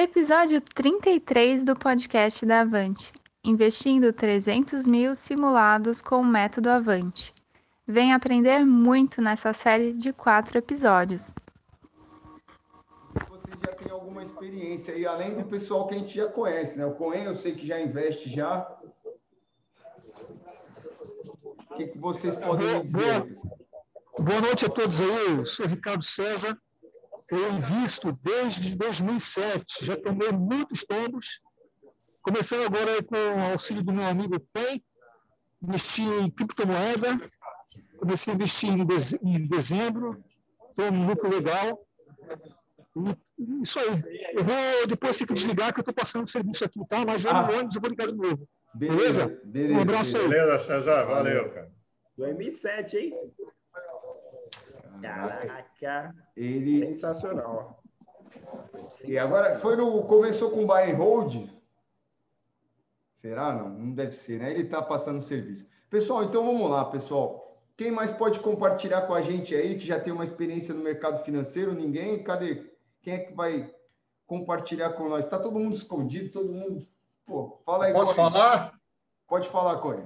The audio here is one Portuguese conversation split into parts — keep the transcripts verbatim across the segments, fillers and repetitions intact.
Episódio trinta e três do podcast da Avante. Investindo trezentos mil simulados com o método Avante. Vem aprender muito nessa série de quatro episódios. Vocês já têm alguma experiência aí, além do pessoal que a gente já conhece, né? O Cohen eu sei que já investe já. O que, que vocês podem boa, me dizer? Boa, boa noite a todos aí, eu sou Ricardo César, eu invisto desde dois mil e sete, já tomei muitos tombos, começando agora com o auxílio do meu amigo Pen, investi em criptomoeda, comecei a investir em dezembro, foi um lucro legal, e isso aí. Eu vou depois ter que desligar, que eu estou passando serviço aqui, tá? Mas eu no ônibus eu vou ligar de novo. Beleza? Beleza? beleza Um abraço aí. Beleza, César. Valeu, cara. dois mil e sete, hein? Caraca. Ele... Sensacional. E agora, foi no... começou com buy and hold? Será? Não, não deve ser, né? Ele está passando serviço. Pessoal, então vamos lá, pessoal. Quem mais pode compartilhar com a gente aí, que já tem uma experiência no mercado financeiro? Ninguém? Cadê? Quem é que vai compartilhar com nós? Está todo mundo escondido, todo mundo... Pô, fala aí. Posso falar? Pode falar, Cone.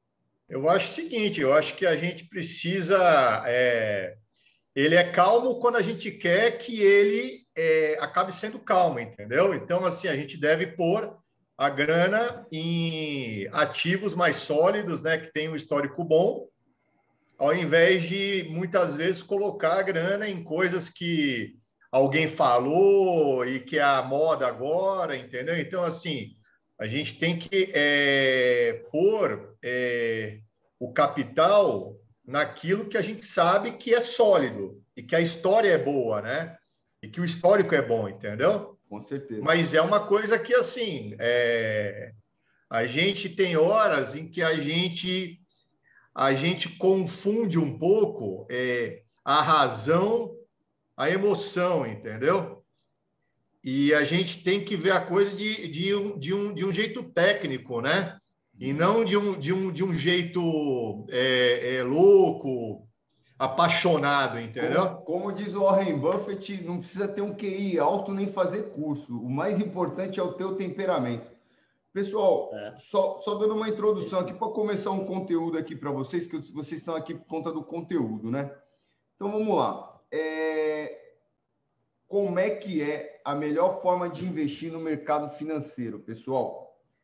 Eu acho o seguinte, eu acho que a gente precisa... É... Ele é calmo quando a gente quer que ele é, acabe sendo calmo, entendeu? Então, assim, a gente deve pôr a grana em ativos mais sólidos, né, que tem um histórico bom, ao invés de, muitas vezes, colocar a grana em coisas que alguém falou e que é a moda agora, entendeu? Então, assim, a gente tem que é, pôr é, o capital naquilo que a gente sabe que é sólido e que a história é boa, né? E que o histórico é bom, entendeu? Com certeza. Mas é uma coisa que, assim, é... a gente tem horas em que a gente, a gente confunde um pouco é, a razão, a emoção, entendeu? E a gente tem que ver a coisa de, de, um, de, um, de um jeito técnico, né? E não de um, de um, de um jeito é, é, louco, apaixonado, entendeu? Como, como diz o Warren Buffett, não precisa ter um Q I alto nem fazer curso. O mais importante é o teu temperamento. Pessoal, é. só, só dando uma introdução aqui para começar um conteúdo aqui para vocês, que vocês estão aqui por conta do conteúdo, né? Então, vamos lá. É... Como é que é a melhor forma de investir no mercado financeiro, pessoal?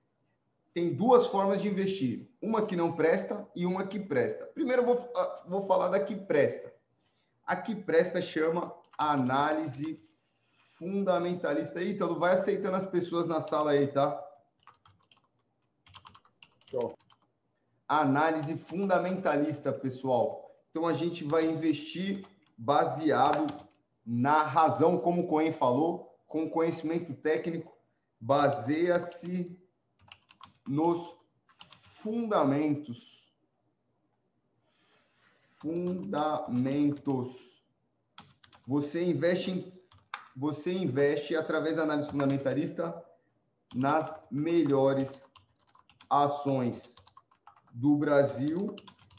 Tem duas formas de investir, uma que não presta e uma que presta. Primeiro eu vou, vou falar da que presta. A que presta chama análise fundamentalista. Ítalo, vai aceitando as pessoas na sala aí, tá? Show. Análise fundamentalista, pessoal. Então, a gente vai investir baseado na razão, como o Cohen falou, com conhecimento técnico, baseia-se nos fundamentos. Fundamentos. Você investe, em, você investe através da análise fundamentalista nas melhores ações do Brasil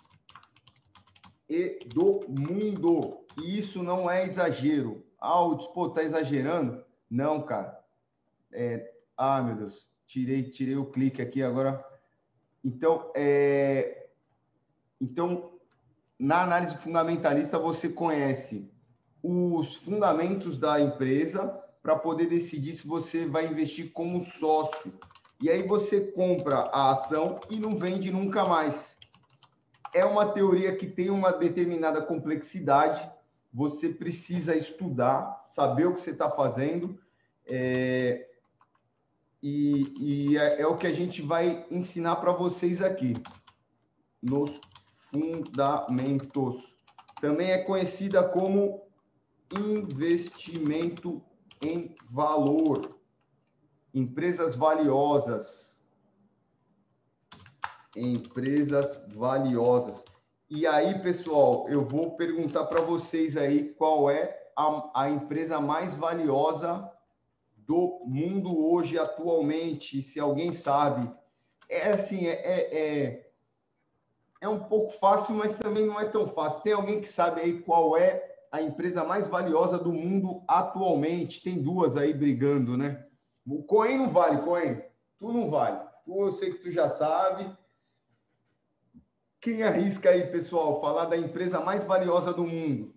e do mundo. E isso não é exagero. Ah, o pô, tá exagerando? Não, cara. É, ah, meu Deus. Tirei, tirei o clique aqui agora. Então, é... então, na análise fundamentalista, você conhece os fundamentos da empresa para poder decidir se você vai investir como sócio. E aí você compra a ação e não vende nunca mais. É uma teoria que tem uma determinada complexidade. Você precisa estudar, saber o que você está fazendo. É... E, e é, é o que a gente vai ensinar para vocês aqui, nos fundamentos. Também é conhecida como investimento em valor. Empresas valiosas. Empresas valiosas. E aí, pessoal, eu vou perguntar para vocês aí qual é a, a empresa mais valiosa do mundo hoje, atualmente, se alguém sabe. É assim, é, é, é, é um pouco fácil, mas também não é tão fácil. Tem alguém que sabe aí qual é a empresa mais valiosa do mundo atualmente? Tem duas aí brigando, né? O Coen não vale, Coen. Tu não vale. Tu, eu sei que tu já sabe. Quem arrisca aí, pessoal, falar da empresa mais valiosa do mundo?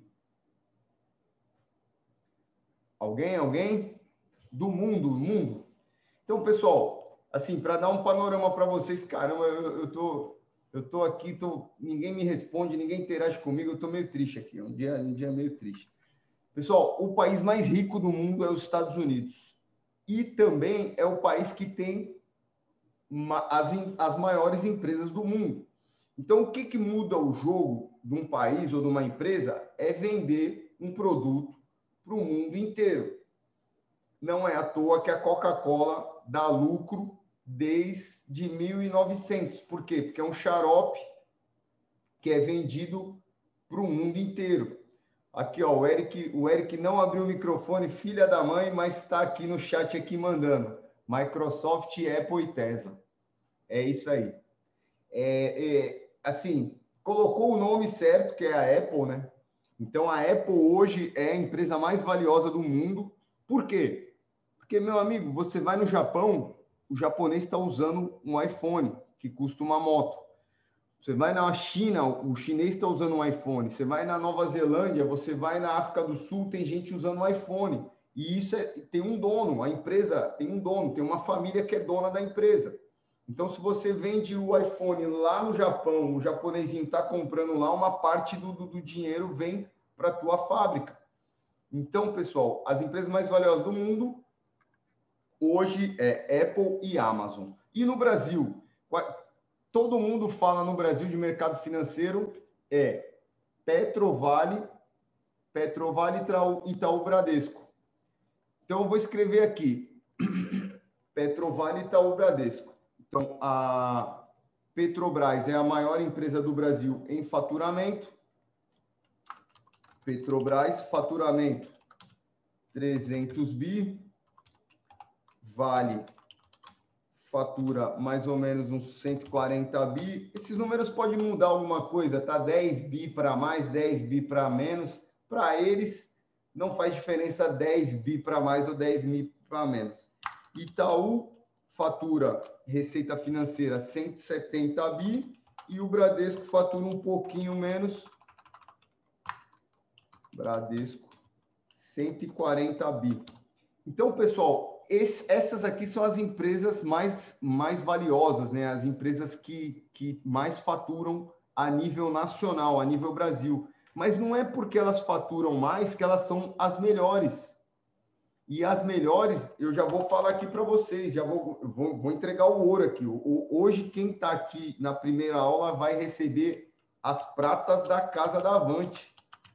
Alguém? Alguém? Do mundo, mundo. Então, pessoal, assim, para dar um panorama para vocês, caramba, eu, eu tô... Eu tô aqui, tô, ninguém me responde, ninguém interage comigo, eu tô meio triste aqui, um dia, um dia meio triste. Pessoal, o país mais rico do mundo é os Estados Unidos. E também é o país que tem uma, as, as maiores empresas do mundo. Então, o que, que muda o jogo de um país ou de uma empresa é vender um produto para o mundo inteiro. Não é à toa que a Coca-Cola dá lucro desde mil e novecentos. Por quê? Porque é um xarope que é vendido para o mundo inteiro. Aqui, ó, o Eric, o Eric não abriu o microfone, filha da mãe, mas está aqui no chat aqui mandando. Microsoft, Apple e Tesla. É isso aí. É, é, assim, colocou o nome certo, que é a Apple, né? Então, a Apple hoje é a empresa mais valiosa do mundo. Por quê? Porque, meu amigo, você vai no Japão, o japonês está usando um iPhone, que custa uma moto. Você vai na China, o chinês está usando um iPhone. Você vai na Nova Zelândia, você vai na África do Sul, tem gente usando um iPhone. E isso é, tem um dono, a empresa tem um dono, tem uma família que é dona da empresa. Então, se você vende o iPhone lá no Japão, o japonesinho está comprando lá, uma parte do, do, do dinheiro vem para a tua fábrica. Então, pessoal, as empresas mais valiosas do mundo hoje é Apple e Amazon. E no Brasil, todo mundo fala no Brasil de mercado financeiro, é Petrovale, Petrovale e Itaú Bradesco. Então, eu vou escrever aqui, Petrovale e Itaú Bradesco. Então, a Petrobras é a maior empresa do Brasil em faturamento. Petrobras, faturamento trezentos bi. Vale fatura mais ou menos uns cento e quarenta bi. Esses números podem mudar alguma coisa, tá? dez bi para mais, dez bi para menos. Para eles, não faz diferença dez bi para mais ou dez bi para menos. Itaú fatura receita financeira cento e setenta bi e o Bradesco fatura um pouquinho menos. Bradesco, cento e quarenta bi. Então, pessoal, esse, essas aqui são as empresas mais, mais valiosas, né? As empresas que, que mais faturam a nível nacional, a nível Brasil. Mas não é porque elas faturam mais que elas são as melhores. E as melhores, eu já vou falar aqui para vocês, já vou, vou, vou entregar o ouro aqui. O, hoje, quem está aqui na primeira aula vai receber as pratas da Casa da Avante.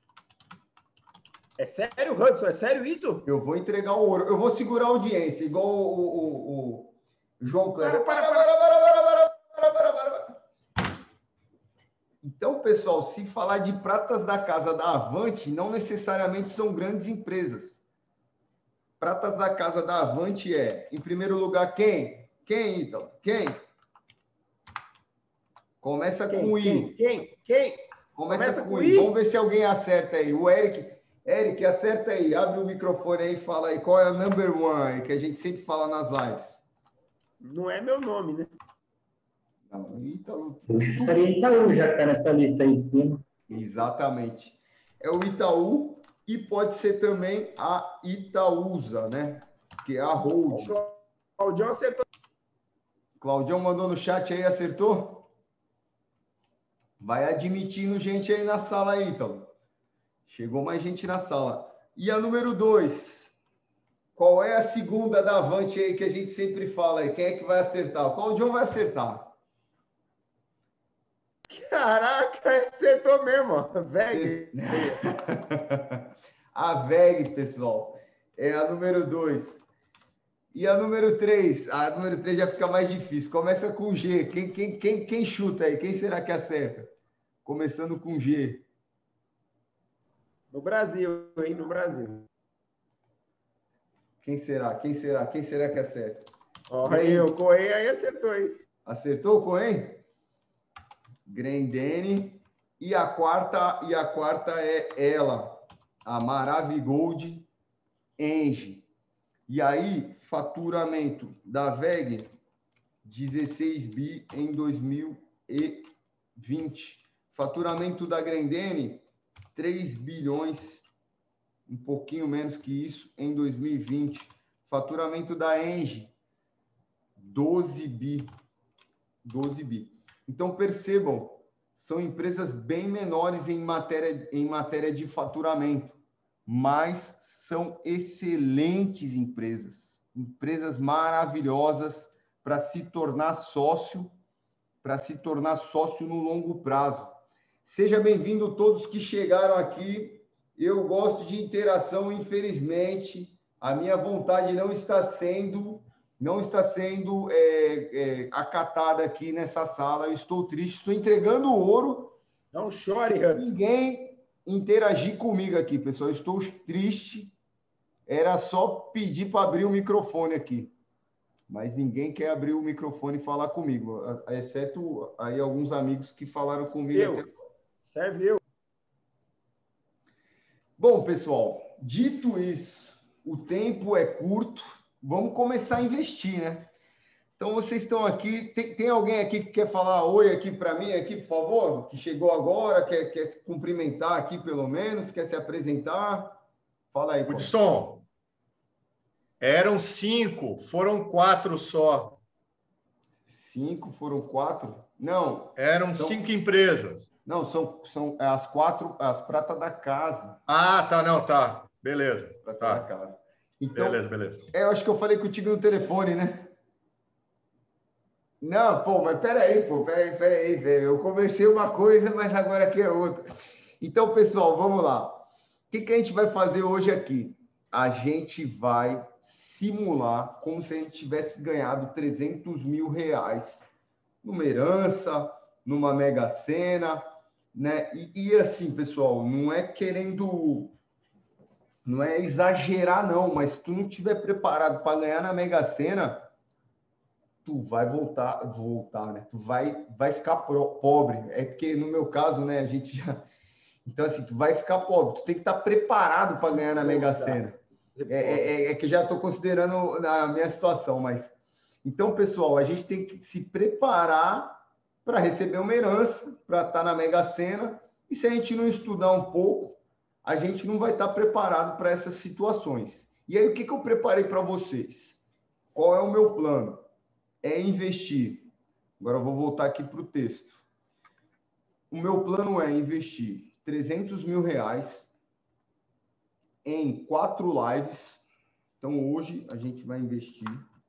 É sério, Hudson? É sério isso? Eu vou entregar o ouro. Eu vou segurar a audiência, igual o, o, o, o João Cléber. Para, para, para, para, para, para, para, para, para. Então, pessoal, se falar de pratas da Casa da Avante, não necessariamente são grandes empresas. Pratas da Casa da Avante é, em primeiro lugar, quem? Quem, Ítalo? Quem? Começa Quem, com quem, I. Quem? Quem? Começa, Começa com, com I. I. Vamos ver se alguém acerta aí. O Eric... Eric, acerta aí, abre o microfone aí e fala aí qual é o number one que a gente sempre fala nas lives. Não é meu nome, né? Não, Ítalo. Seria Itaú, já que está nessa lista aí de cima. Exatamente. É o Itaú e pode ser também a Itaúsa, né? Que é a Hold. O Claudião acertou. Claudião mandou no chat aí, acertou? Vai admitindo gente aí na sala aí, Ítalo. Chegou mais gente na sala. E a número dois? Qual é a segunda da Avante aí que a gente sempre fala aí? Quem é que vai acertar? O Claudião vai acertar. Caraca, acertou mesmo, ó. V E G. A V E G, pessoal, é a número dois. E a número três? A número três já fica mais difícil. Começa com G. Quem, quem, quem, quem chuta aí? Quem será que acerta? Começando com G. No Brasil, hein? No Brasil. Quem será? Quem será? Quem será que acerta? Ó, aí, o Correia aí acertou aí. Acertou o Coen? Grendene. E a quarta, e a quarta é ela, a Maravigold Engie. E aí, faturamento da V E G, dezesseis bi em dois mil e vinte. Faturamento da Grendene, três bilhões, um pouquinho menos que isso, em dois mil e vinte. Faturamento da Engie, doze bi. doze bi. Então, percebam, são empresas bem menores em matéria, em matéria de faturamento, mas são excelentes empresas, empresas maravilhosas para se tornar sócio, para se tornar sócio no longo prazo. Seja bem-vindo todos que chegaram aqui. Eu gosto de interação, infelizmente, a minha vontade não está sendo, não está sendo é, é, acatada aqui nessa sala. Eu estou triste, estou entregando ouro. Não chore, sem ninguém interagir comigo aqui, pessoal. Eu estou triste. Era só pedir para abrir o microfone aqui. Mas ninguém quer abrir o microfone e falar comigo, exceto aí alguns amigos que falaram comigo. Eu. Até... Serve eu. Bom, pessoal, dito isso, o tempo é curto, vamos começar a investir, né? Então, vocês estão aqui, tem, tem alguém aqui que quer falar oi aqui para mim, aqui, por favor? Que chegou agora, quer, quer se cumprimentar aqui pelo menos, quer se apresentar? Fala aí, Hudson, eram cinco, foram quatro só. Cinco, foram quatro? Não. Eram são... cinco empresas. Não, são, são as quatro, as pratas da casa. Ah, tá, não, tá. Beleza. Prata Tá. da casa. Então, beleza, beleza. É, eu acho que eu falei contigo no telefone, né? Não, pô, mas peraí, pô, peraí, peraí, velho. Eu conversei uma coisa, mas agora aqui é outra. Então, pessoal, vamos lá. O que, que a gente vai fazer hoje aqui? A gente vai simular como se a gente tivesse ganhado trezentos mil reais numa herança, numa Mega Sena, né? E, e assim, pessoal, não é querendo, não é exagerar, não, mas se tu não estiver preparado para ganhar na Mega Sena, tu vai voltar, voltar, né? Tu vai, vai ficar pro, pobre. É porque, no meu caso, né, a gente já... Então, assim, tu vai ficar pobre. Tu tem que estar preparado para ganhar na Mega Sena. É, é, é que já estou considerando a minha situação, mas... Então, pessoal, a gente tem que se preparar para receber uma herança, para estar na Mega Sena. E se a gente não estudar um pouco, a gente não vai estar preparado para essas situações. E aí, o que, que eu preparei para vocês? Qual é o meu plano? É investir. Agora eu vou voltar aqui para o texto. O meu plano é investir trezentos mil reais em quatro lives. Então, hoje a gente vai investir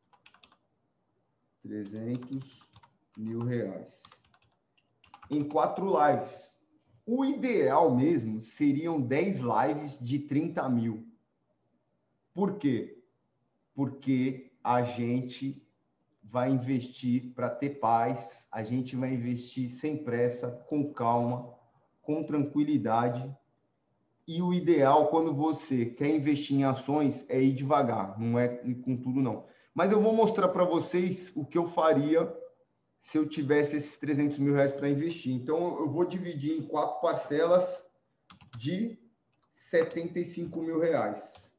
trezentos mil reais em quatro lives. O ideal mesmo seriam dez lives de trinta mil. Por quê? Porque a gente vai investir para ter paz, a gente vai investir sem pressa, com calma, com tranquilidade. E o ideal, quando você quer investir em ações, é ir devagar, não é ir com tudo, não. Mas eu vou mostrar para vocês o que eu faria se eu tivesse esses trezentos mil reais para investir. Então, eu vou dividir em quatro parcelas de setenta e cinco mil reais.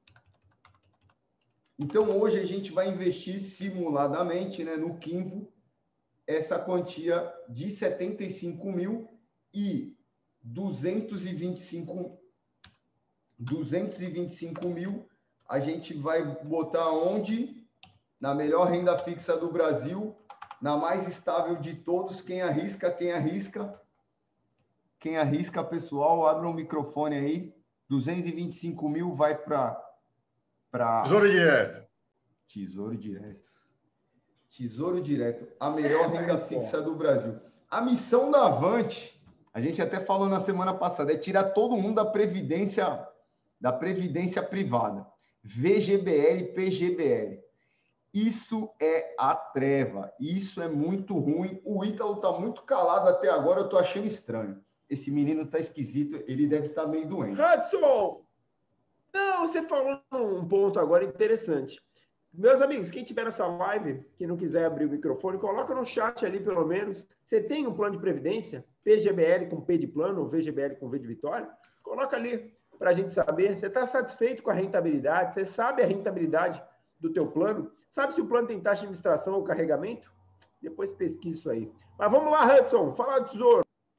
Então, hoje a gente vai investir simuladamente, né, no Kinvo, essa quantia de setenta e cinco mil e duzentos e vinte e cinco, duzentos e vinte e cinco mil a gente vai botar onde? Na melhor renda fixa do Brasil, na mais estável de todos. Quem arrisca, quem arrisca? Quem arrisca, pessoal, abre um microfone aí. duzentos e vinte e cinco mil vai para... Pra... Tesouro direto. Tesouro direto. Tesouro direto. A melhor renda fixa do Brasil. A missão da Avante, a gente até falou na semana passada, é tirar todo mundo da previdência, da previdência privada. V G B L, P G B L. Isso é a treva. Isso é muito ruim. O Ítalo está muito calado até agora. Eu estou achando estranho. Esse menino está esquisito. Ele deve estar meio doente. Hudson! Não, você falou um ponto agora interessante. Meus amigos, quem tiver nessa live, que não quiser abrir o microfone, coloca no chat ali, pelo menos. Você tem um plano de previdência? P G B L com P de plano, ou V G B L com V de vitória? Coloca ali para a gente saber. Você está satisfeito com a rentabilidade? Você sabe a rentabilidade do teu plano. Sabe se o plano tem taxa de administração ou carregamento? Depois pesquisa isso aí. Mas vamos lá, Hudson, falar do Tesouro.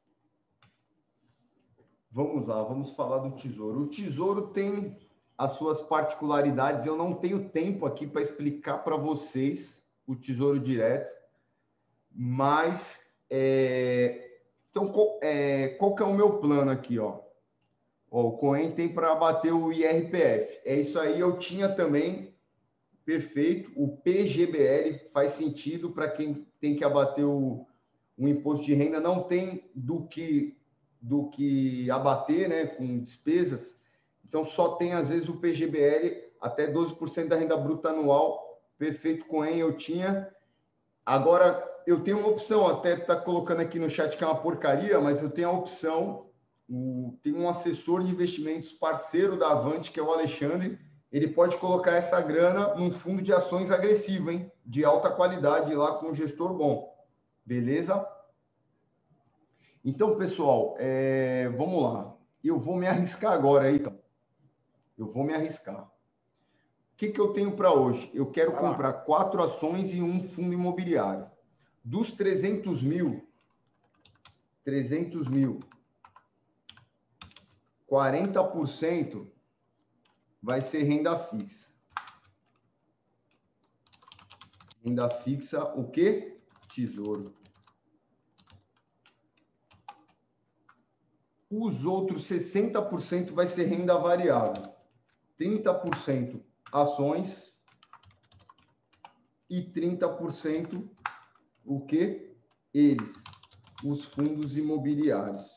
Vamos lá, vamos falar do Tesouro. O Tesouro tem as suas particularidades. Eu não tenho tempo aqui para explicar para vocês o Tesouro Direto, mas é... então qual, é... qual que é o meu plano aqui, ó? Ó, o Coen tem para abater o I R P F. É isso aí, eu tinha também, perfeito. O P G B L faz sentido para quem tem que abater o, o imposto de renda, não tem do que do que abater, né, com despesas. Então, só tem, às vezes, o P G B L até doze por cento da renda bruta anual. Perfeito, Coen, eu tinha. Agora, eu tenho uma opção, até tá colocando aqui no chat que é uma porcaria, mas eu tenho a opção, o, tem um assessor de investimentos parceiro da Avante, que é o Alexandre, ele pode colocar essa grana num fundo de ações agressivo, hein? De alta qualidade lá com um gestor bom. Beleza? Então, pessoal, é, vamos lá. Eu vou me arriscar agora aí, então. Eu vou me arriscar. O que, que eu tenho para hoje? Eu quero Vai comprar lá. quatro ações e um fundo imobiliário. Dos trezentos mil, trezentos mil, quarenta por cento vai ser renda fixa. Renda fixa, o quê? Tesouro. Os outros sessenta por cento vai ser renda variável. trinta por cento ações e trinta por cento o quê? Eles, os fundos imobiliários.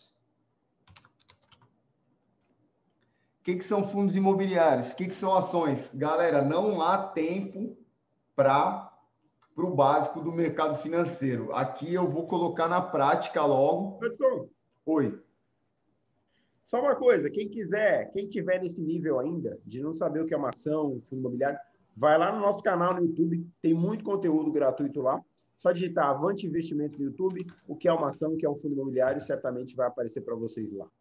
O que, que são fundos imobiliários? O que, que são ações? Galera, não há tempo para o básico do mercado financeiro. Aqui eu vou colocar na prática logo. Hudson, Oi. só uma coisa, quem quiser, quem tiver nesse nível ainda, de não saber o que é uma ação, um fundo imobiliário, vai lá no nosso canal no YouTube, tem muito conteúdo gratuito lá. Só digitar Avante Investimento no YouTube, o que é uma ação, o que é um fundo imobiliário, certamente vai aparecer para vocês lá.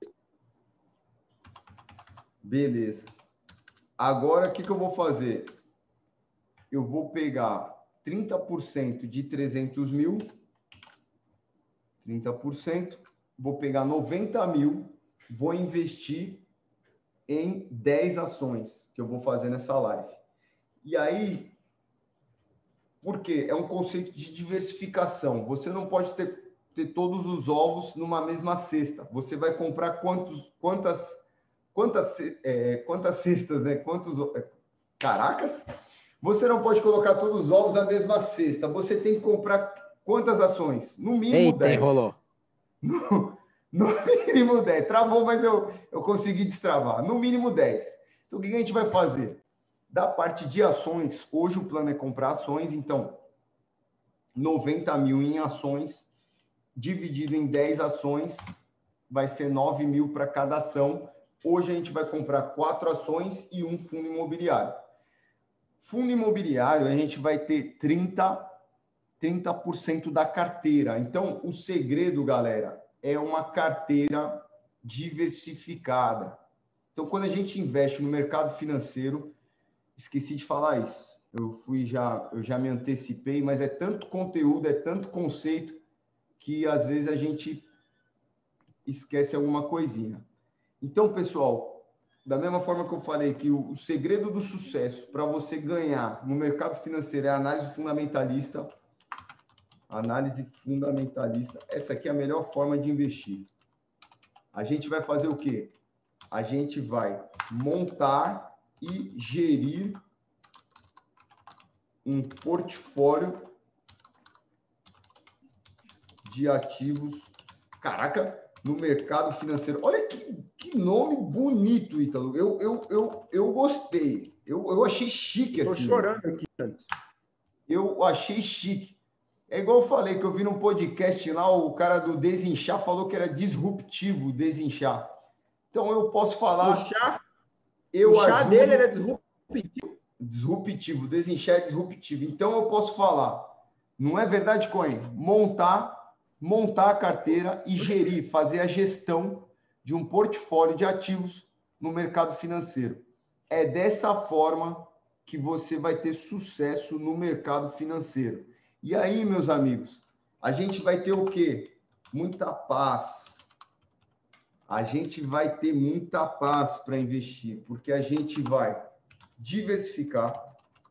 Beleza. Agora, o que, que eu vou fazer? Eu vou pegar trinta por cento de trezentos mil, trinta por cento, vou pegar noventa mil, vou investir em dez ações que eu vou fazer nessa live. E aí, por quê? É um conceito de diversificação. Você não pode ter, ter todos os ovos numa mesma cesta. Você vai comprar quantos, quantas, quantas, é, quantas cestas, né? Quantos, é, caracas? Você não pode colocar todos os ovos na mesma cesta. Você tem que comprar quantas ações? No mínimo Eita, dez. enrolou. No, no mínimo dez. Travou, mas eu, eu consegui destravar. No mínimo dez. Então, o que a gente vai fazer? Da parte de ações, hoje o plano é comprar ações, então, noventa mil em ações, dividido em dez ações, vai ser nove mil para cada ação. Hoje a gente vai comprar quatro ações e um fundo imobiliário. Fundo imobiliário, a gente vai ter trinta por cento da carteira. Então, o segredo, galera, é uma carteira diversificada. Então, quando a gente investe no mercado financeiro, esqueci de falar isso. Eu fui já, eu já me antecipei, mas é tanto conteúdo, é tanto conceito que às vezes a gente esquece alguma coisinha. Então, pessoal, da mesma forma que eu falei que o, o segredo do sucesso para você ganhar no mercado financeiro é a análise fundamentalista. Análise fundamentalista. Essa aqui é a melhor forma de investir. A gente vai fazer o quê? A gente vai montar e gerir um portfólio de ativos, caraca, no mercado financeiro. Olha que, que nome bonito, Ítalo. Eu, eu, eu, eu gostei. Eu, eu achei chique. Estou assim. chorando aqui antes. Eu achei chique. É igual eu falei, que eu vi num podcast lá, o cara do Desinchar falou que era disruptivo Desinchar. Então, eu posso falar... O chá, eu o chá ajudo... dele era disruptivo. Disruptivo, Desinchar é disruptivo. Então, eu posso falar, não é verdade, Coen? Montar, montar a carteira e gerir, fazer a gestão de um portfólio de ativos no mercado financeiro. É dessa forma que você vai ter sucesso no mercado financeiro. E aí, meus amigos, a gente vai ter o quê? Muita paz. A gente vai ter muita paz para investir, porque a gente vai diversificar.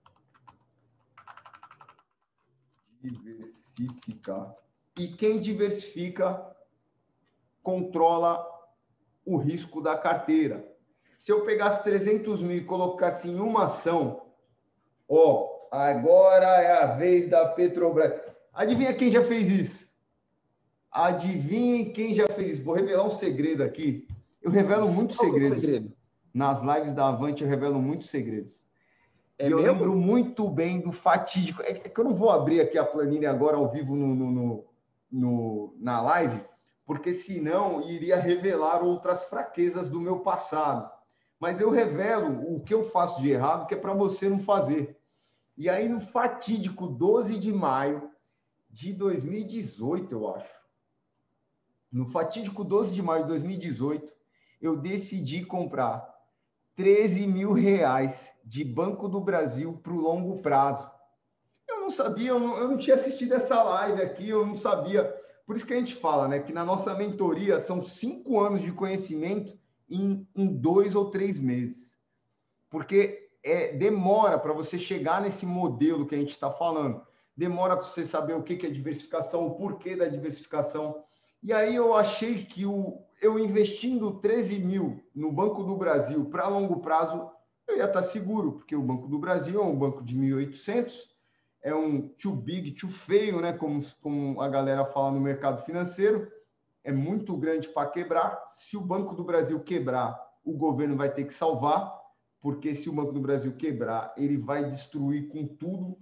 Diversificar. E quem diversifica controla o risco da carteira. Se eu pegasse trezentos mil e colocasse em uma ação, ó, agora é a vez da Petrobras. Adivinha quem já fez isso? Adivinha quem já fez isso? Vou revelar um segredo aqui. Eu revelo muitos Qual que é o segredos. segredo? Nas lives da Avante eu revelo muitos segredos. É e eu mesmo? lembro muito bem do fatídico. É que eu não vou abrir aqui a planilha agora ao vivo no, no, no, no, na live, porque senão iria revelar outras fraquezas do meu passado. Mas eu revelo o que eu faço de errado, que é para você não fazer. E aí, no fatídico doze de maio de dois mil e dezoito, eu acho. No fatídico doze de maio de dois mil e dezoito, eu decidi comprar treze mil reais de Banco do Brasil para o longo prazo. Eu não sabia, eu não, eu não tinha assistido essa live aqui, eu não sabia. Por isso que a gente fala, né, que na nossa mentoria são cinco anos de conhecimento em, em dois ou três meses. Porque é, demora para você chegar nesse modelo que a gente está falando. Demora para você saber o que é diversificação, o porquê da diversificação. E aí eu achei que o, eu investindo treze mil no Banco do Brasil para longo prazo, eu ia estar seguro, porque o Banco do Brasil é um banco de mil e oitocentos, é um too big, too feio, né? Como, como a galera fala no mercado financeiro, é muito grande para quebrar. Se o Banco do Brasil quebrar, o governo vai ter que salvar, porque se o Banco do Brasil quebrar, ele vai destruir com tudo.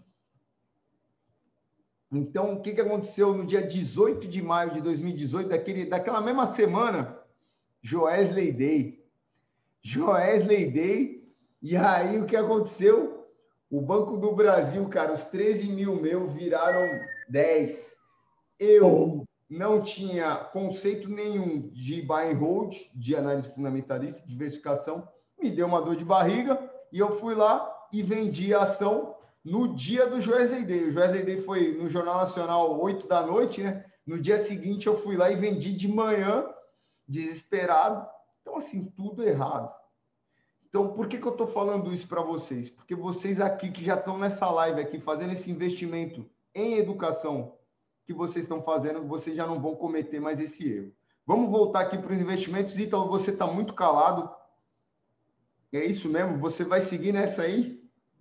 Então, o que, que aconteceu no dia dezoito de maio de dois mil e dezoito, daquele, daquela mesma semana? Joesley Day. Joesley Day. E aí, o que aconteceu? O Banco do Brasil, cara, os treze mil meus viraram dez. Eu não tinha conceito nenhum de buy and hold, de análise fundamentalista, de diversificação. Me deu uma dor de barriga e eu fui lá e vendi a ação no dia do Joesley Day. O Joesley Day foi no Jornal Nacional, oito da noite, né? No dia seguinte, eu fui lá e vendi de manhã, desesperado. Então, assim, tudo errado. Então, por que, que eu estou falando isso para vocês? Porque vocês aqui que já estão nessa live aqui, fazendo esse investimento em educação que vocês estão fazendo, vocês já não vão cometer mais esse erro. Vamos voltar aqui para os investimentos. Ítalo, você está muito calado. É isso mesmo? Você vai seguir nessa aí?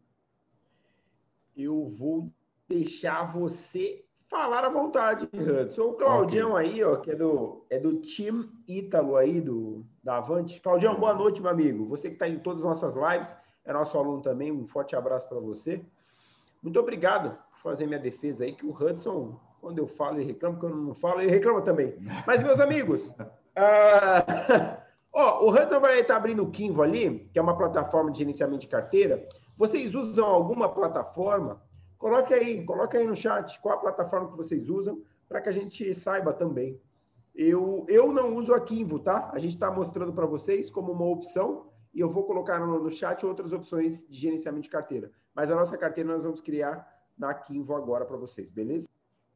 Eu vou deixar você falar à vontade, Hudson. O Claudião okay. aí, ó, que é do, é do time Ítalo aí, do, da Avante. Claudião, boa noite, meu amigo. Você que está em todas as nossas lives, é nosso aluno também, um forte abraço para você. Muito obrigado por fazer minha defesa aí, que o Hudson, quando eu falo, ele reclama, quando eu não falo, ele reclama também. Mas, meus amigos, uh... ó, o Hudson vai estar abrindo o Kinvo ali, que é uma plataforma de gerenciamento de carteira. Vocês usam alguma plataforma? Coloque aí, coloque aí no chat qual a plataforma que vocês usam, para que a gente saiba também. Eu, eu não uso a Kinvo, tá? A gente está mostrando para vocês como uma opção, e eu vou colocar no, no chat outras opções de gerenciamento de carteira. Mas a nossa carteira nós vamos criar na Kinvo agora para vocês, beleza?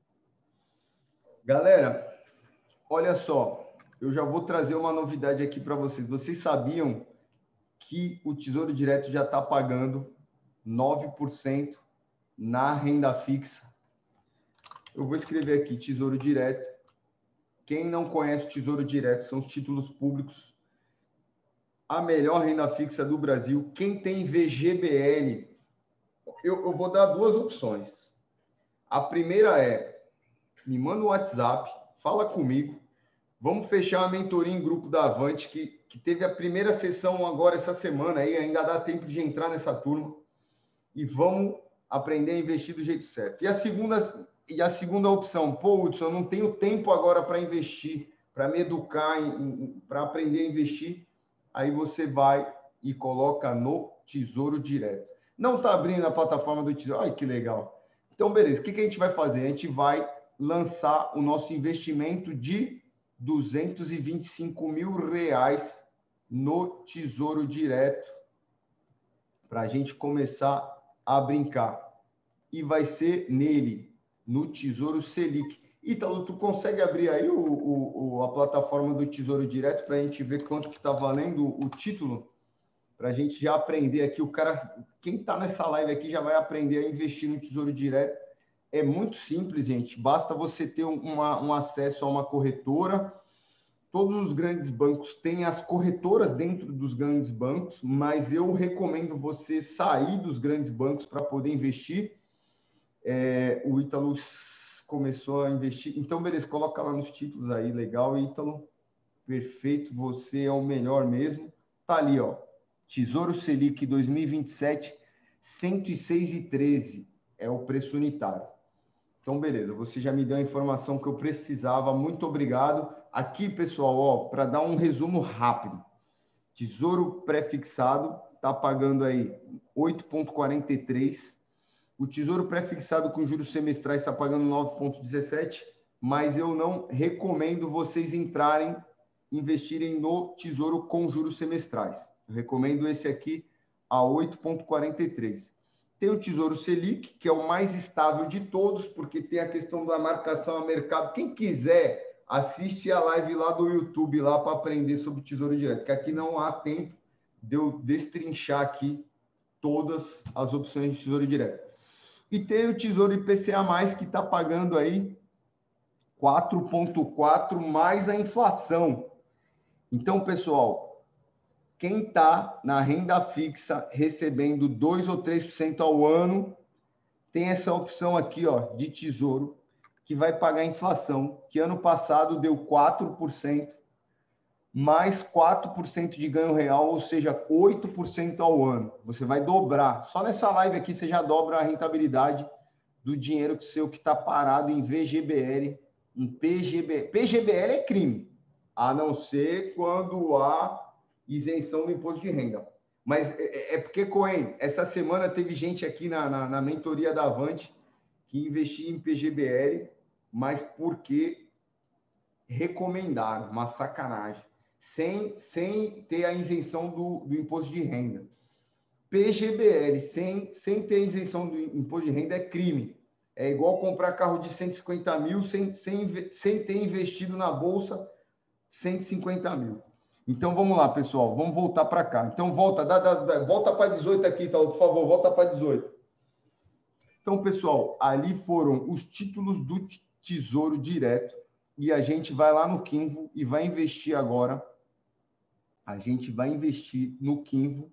Galera, olha só, eu já vou trazer uma novidade aqui para vocês. Vocês sabiam que o Tesouro Direto já está pagando nove por cento na renda fixa? Eu vou escrever aqui, Tesouro Direto. Quem não conhece o Tesouro Direto, são os títulos públicos. A melhor renda fixa do Brasil. Quem tem V G B L, eu, eu vou dar duas opções. A primeira é, me manda um WhatsApp, fala comigo. Vamos fechar a mentoria em grupo da Avante, que, que teve a primeira sessão agora essa semana, aí ainda dá tempo de entrar nessa turma. E vamos aprender a investir do jeito certo. E a segunda, e a segunda opção, pô, Hudson, eu não tenho tempo agora para investir, para me educar, para aprender a investir. Aí você vai e coloca no Tesouro Direto. Não está abrindo a plataforma do Tesouro? Ai, que legal. Então, beleza. O que, que a gente vai fazer? A gente vai lançar o nosso investimento de duzentos e vinte e cinco mil reais no Tesouro Direto para a gente começar a brincar. E vai ser nele, no Tesouro Selic. Ítalo, tu consegue abrir aí o, o, a plataforma do Tesouro Direto para a gente ver quanto que está valendo o título? Para a gente já aprender aqui. O cara, quem está nessa live aqui já vai aprender a investir no Tesouro Direto. É muito simples, gente. Basta você ter uma, um acesso a uma corretora. Todos os grandes bancos têm as corretoras dentro dos grandes bancos, mas eu recomendo você sair dos grandes bancos para poder investir. É, o Ítalo começou a investir. Então, beleza, coloca lá nos títulos aí. Legal, Ítalo. Perfeito, você é o melhor mesmo. Tá ali, ó. Tesouro Selic dois mil e vinte e sete, cento e seis reais e treze centavos é o preço unitário. Então, beleza, você já me deu a informação que eu precisava. Muito obrigado. Aqui, pessoal, ó, para dar um resumo rápido. Tesouro pré-fixado está pagando aí oito vírgula quarenta e três. O Tesouro pré-fixado com juros semestrais está pagando nove vírgula dezessete, mas eu não recomendo vocês entrarem, investirem no Tesouro com juros semestrais. Eu recomendo esse aqui a oito vírgula quarenta e três. Tem o Tesouro Selic, que é o mais estável de todos, porque tem a questão da marcação a mercado. Quem quiser, assiste a live lá do YouTube lá para aprender sobre o Tesouro Direto, que aqui não há tempo de eu destrinchar aqui todas as opções de Tesouro Direto. E tem o Tesouro I P C A mais, que está pagando aí quatro vírgula quatro mais a inflação. Então, pessoal, quem está na renda fixa recebendo dois ou três por cento ao ano, tem essa opção aqui, ó, de tesouro, que vai pagar a inflação, que ano passado deu quatro por cento, mais quatro por cento de ganho real, ou seja, oito por cento ao ano. Você vai dobrar. Só nessa live aqui você já dobra a rentabilidade do dinheiro seu que está parado em V G B L, em P G B L. P G B L é crime, a não ser quando há isenção do imposto de renda. Mas é, é porque, Cohen, essa semana teve gente aqui na, na, na mentoria da Avante que investia em P G B L, mas porque recomendaram, uma sacanagem, sem, sem ter a isenção do, do imposto de renda. P G B L sem, sem ter a isenção do imposto de renda é crime. É igual comprar carro de cento e cinquenta mil sem, sem, sem ter investido na Bolsa cento e cinquenta mil. Então, vamos lá, pessoal. Vamos voltar para cá. Então, volta, dá, dá, dá, volta para dezoito aqui, tá? Por favor, volta para dezoito. Então, pessoal, ali foram os títulos do Tesouro Direto. E a gente vai lá no Kinvo e vai investir agora. A gente vai investir no Kinvo.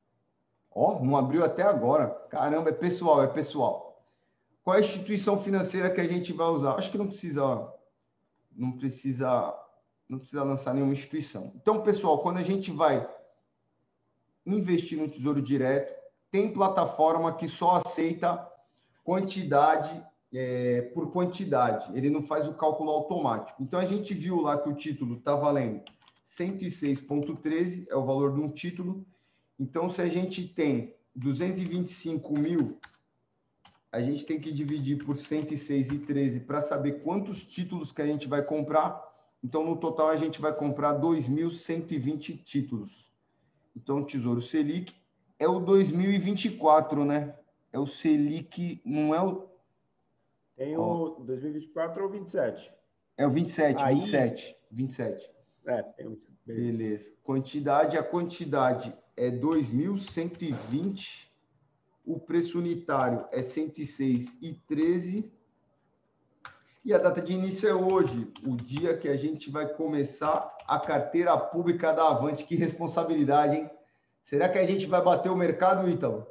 Ó, não abriu até agora. Caramba, é pessoal, é pessoal. Qual é a instituição financeira que a gente vai usar? Acho que não precisa, ó, não precisa... Não precisa lançar nenhuma instituição. Então, pessoal, quando a gente vai investir no Tesouro Direto, tem plataforma que só aceita quantidade é, por quantidade. Ele não faz o cálculo automático. Então, a gente viu lá que o título está valendo cento e seis vírgula treze, é o valor de um título. Então, se a gente tem duzentos e vinte e cinco mil, a gente tem que dividir por cento e seis vírgula treze para saber quantos títulos que a gente vai comprar. Então, no total, a gente vai comprar dois mil cento e vinte títulos. Então, o Tesouro Selic é o dois mil e vinte e quatro, né? É o Selic, não é o... Tem o oh. dois mil e vinte e quatro ou vinte e sete? É o vinte e sete, Aí... vinte e sete, vinte e sete. É, tem um... Beleza. Beleza. Quantidade, a quantidade é dois mil cento e vinte. O preço unitário é cento e seis reais e treze centavos. E a data de início é hoje, o dia que a gente vai começar a carteira pública da Avante. Que responsabilidade, hein? Será que a gente vai bater o mercado, Ítalo?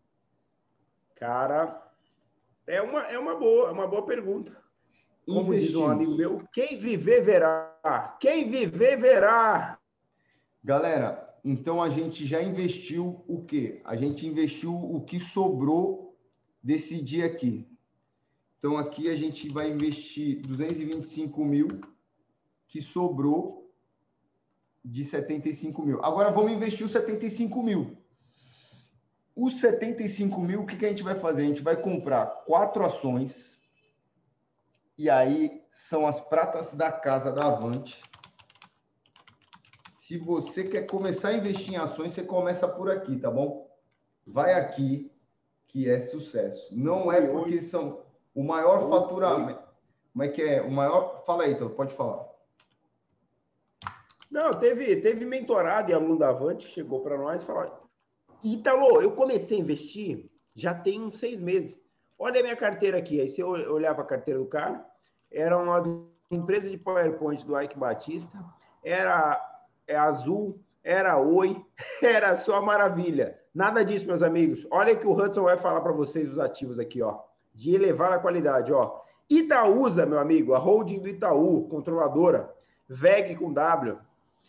Cara, é uma, é uma boa, é uma boa pergunta. Como diz um amigo meu, quem viver verá. Quem viver verá. Galera, então a gente já investiu o quê? A gente investiu o que sobrou desse dia aqui. Então, aqui a gente vai investir duzentos e vinte e cinco mil, que sobrou de setenta e cinco mil. Agora, vamos investir os setenta e cinco mil. Os setenta e cinco mil, o que, que a gente vai fazer? A gente vai comprar quatro ações, e aí são as pratas da casa da Avante. Se você quer começar a investir em ações, você começa por aqui, tá bom? vai aqui, que é sucesso. Não é porque são o maior faturamento. Como é que é? O maior... Fala aí, então, pode falar. Não, teve, teve mentorado e aluno da Avante que chegou para nós e falou: Ítalo, eu comecei a investir já tem uns seis meses. Olha a minha carteira aqui. Aí você olhava a carteira do cara, era uma empresa de PowerPoint do Ike Batista, era é azul, era Oi, era só maravilha. Nada disso, meus amigos. Olha que o Hudson vai falar para vocês os ativos aqui, ó, de elevada qualidade, ó. Itaúsa, meu amigo, a holding do Itaú, controladora, V E G com W,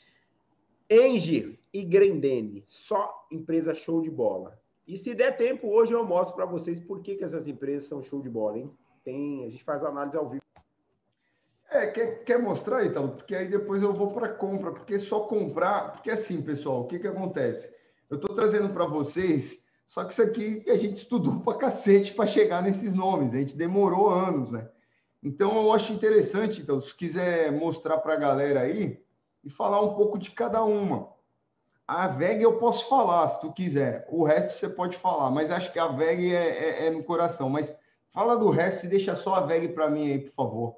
Engie e Grendene, só empresa show de bola. E se der tempo, hoje eu mostro para vocês por que, que essas empresas são show de bola, hein? Tem, a gente faz análise ao vivo. É, quer, quer mostrar, então? Porque aí depois eu vou para compra, porque só comprar... Porque assim, pessoal, o que, que acontece? Eu estou trazendo para vocês, só que isso aqui a gente estudou para cacete para chegar nesses nomes, a gente demorou anos, né? Então, eu acho interessante, então, se quiser mostrar para a galera aí e falar um pouco de cada uma. A V E G eu posso falar, se tu quiser. O resto você pode falar, mas acho que a V E G é, é, é no coração. Mas fala do resto e deixa só a V E G para mim aí, por favor.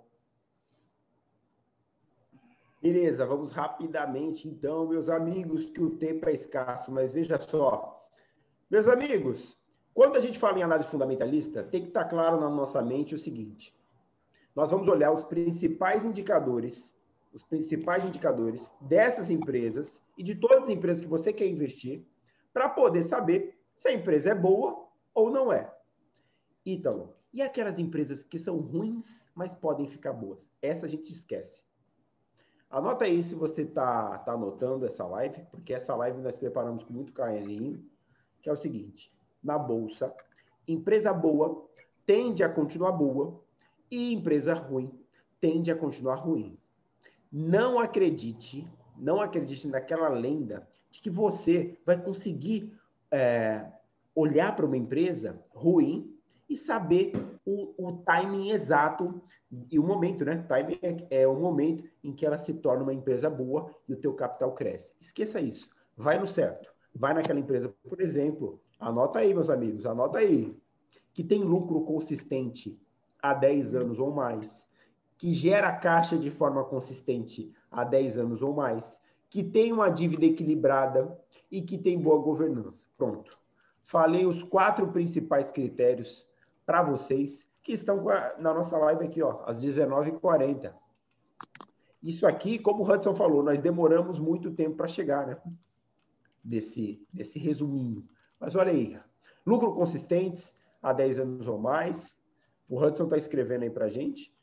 Beleza, vamos rapidamente, então, meus amigos, que o tempo é escasso, mas veja só. Meus amigos, quando a gente fala em análise fundamentalista, tem que estar claro na nossa mente o seguinte. Nós vamos olhar os principais indicadores, os principais indicadores dessas empresas e de todas as empresas que você quer investir, para poder saber se a empresa é boa ou não é. Então, e aquelas empresas que são ruins, mas podem ficar boas? Essa a gente esquece. Anota aí se você está tá anotando essa live, porque essa live nós preparamos com muito carinho, que é o seguinte: na Bolsa, empresa boa tende a continuar boa e empresa ruim tende a continuar ruim. Não acredite, não acredite naquela lenda de que você vai conseguir é, olhar para uma empresa ruim e saber o, o timing exato e o momento, né? Timing é, é o momento em que ela se torna uma empresa boa e o teu capital cresce. Esqueça isso. Vai no certo. Vai naquela empresa, por exemplo, anota aí, meus amigos, anota aí, que tem lucro consistente há dez anos ou mais, que gera caixa de forma consistente há dez anos ou mais, que tem uma dívida equilibrada e que tem boa governança. Pronto. Falei os quatro principais critérios para vocês que estão na nossa live aqui, ó, às dezenove e quarenta. Isso aqui, como o Hudson falou, nós demoramos muito tempo para chegar, né? Desse, desse resuminho. Mas olha aí, lucro consistentes há dez anos ou mais. O Hudson está escrevendo aí para a gente.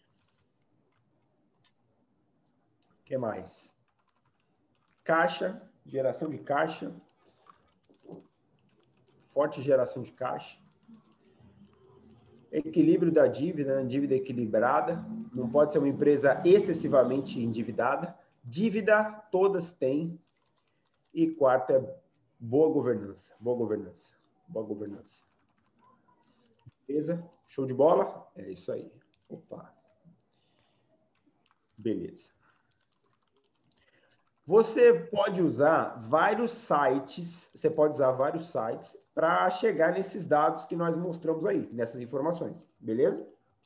O que mais? Caixa, geração de caixa. Forte geração de caixa. Equilíbrio da dívida, dívida equilibrada. Não pode ser uma empresa excessivamente endividada. Dívida todas têm. E quarto é boa governança. Boa governança. Boa governança. Beleza? Show de bola? É isso aí. Opa. Beleza. Você pode usar vários sites, você pode usar vários sites para chegar nesses dados que nós mostramos aí, nessas informações, beleza?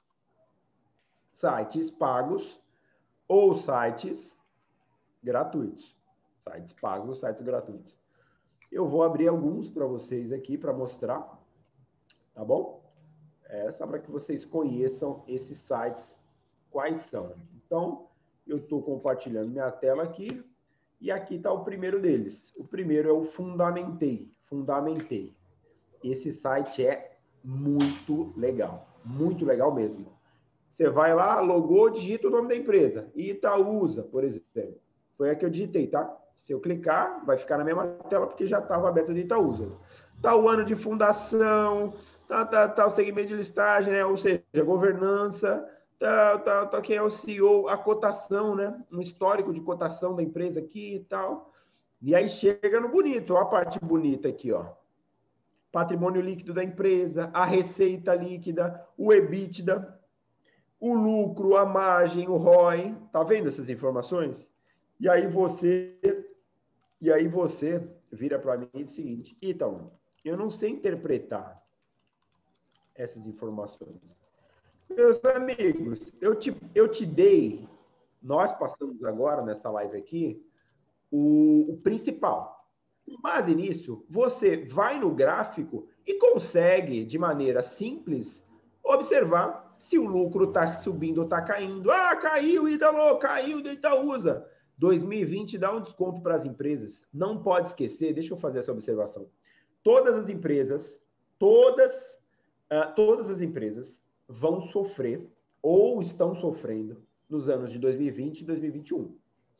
Sites pagos ou sites gratuitos. Sites pagos ou sites gratuitos. Eu vou abrir alguns para vocês aqui para mostrar, tá bom? É só para que vocês conheçam esses sites, quais são. Então, eu estou compartilhando minha tela aqui. E aqui está o primeiro deles. O primeiro é o Fundamentei. Fundamentei. Esse site é muito legal. Muito legal mesmo. Você vai lá, logou, digita o nome da empresa. Itaúsa, por exemplo. Foi a que eu digitei, tá? Se eu clicar, vai ficar na mesma tela, porque já estava aberto de Itaúsa. Tá o ano de fundação, tá, tá, tá o segmento de listagem, né? Ou seja, governança... Tá, tá, tá, quem é o C E O, a cotação, né? Um histórico de cotação da empresa aqui e tal. E aí chega no bonito, ó, a parte bonita aqui, ó. Patrimônio líquido da empresa, a receita líquida, o EBITDA, o lucro, a margem, o R O I. Tá vendo essas informações? E aí você, e aí você vira para mim e diz o seguinte: então, eu não sei interpretar essas informações. Meus amigos, eu te, eu te dei, nós passamos agora nessa live aqui, o, o principal. Com base nisso, você vai no gráfico e consegue, de maneira simples, observar se o lucro está subindo ou está caindo. Ah, caiu, Ítalo, caiu da Itaúsa. dois mil e vinte dá um desconto para as empresas. Não pode esquecer, deixa eu fazer essa observação. Todas as empresas, todas, uh, todas as empresas vão sofrer ou estão sofrendo nos anos de dois mil e vinte e dois mil e vinte e um.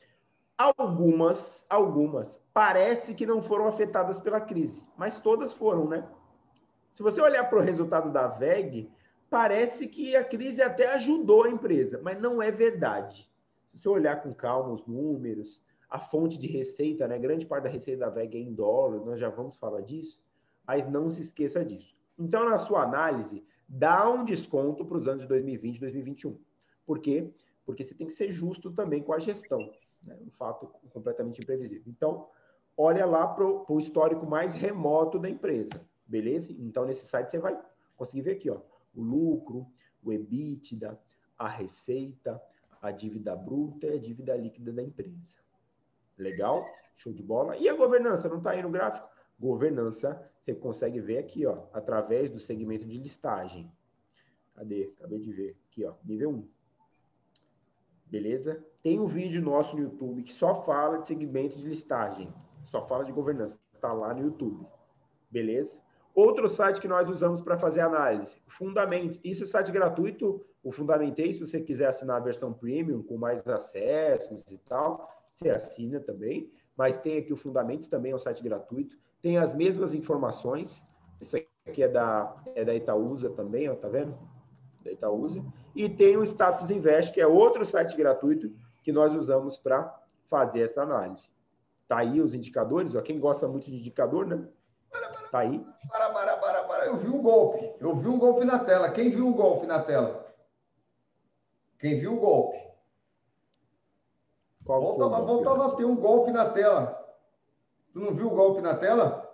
Algumas, algumas, parece que não foram afetadas pela crise, mas todas foram, né? Se você olhar para o resultado da V E G, parece que a crise até ajudou a empresa, mas não é verdade. Se você olhar com calma os números, a fonte de receita, né? Grande parte da receita da V E G é em dólar, nós já vamos falar disso, mas não se esqueça disso. Então, na sua análise, dá um desconto para os anos de dois mil e vinte e dois mil e vinte e um. Por quê? Porque você tem que ser justo também com a gestão, né? Um fato completamente imprevisível. Então, olha lá para o histórico mais remoto da empresa, beleza? Então, nesse site você vai conseguir ver aqui, ó, o lucro, o EBITDA, a receita, a dívida bruta e a dívida líquida da empresa. Legal? Show de bola. E a governança? Não está aí no gráfico? Governança, você consegue ver aqui, ó, através do segmento de listagem. Cadê? Acabei de ver. Aqui, ó, nível um. Beleza? Tem um vídeo nosso no YouTube que só fala de segmento de listagem. Só fala de governança. Está lá no YouTube. Beleza? Outro site que nós usamos para fazer análise. Fundamento. Isso é site gratuito. O Fundamentei, se você quiser assinar a versão premium, com mais acessos e tal, você assina também. Mas tem aqui o Fundamentos, também é um site gratuito. Tem as mesmas informações. Isso aqui é da, é da Itaúsa também, ó, tá vendo? Da Itaúsa. E tem o Status Invest, que é outro site gratuito que nós usamos para fazer essa análise. Tá aí os indicadores, ó. Quem gosta muito de indicador, né? Tá aí. Para, para, para, para. Eu vi um golpe. Eu vi um golpe na tela. Quem viu um golpe na tela? Quem viu o golpe? Qual volta lá, volta lá. Tem um golpe na tela. Tu não viu o golpe na tela?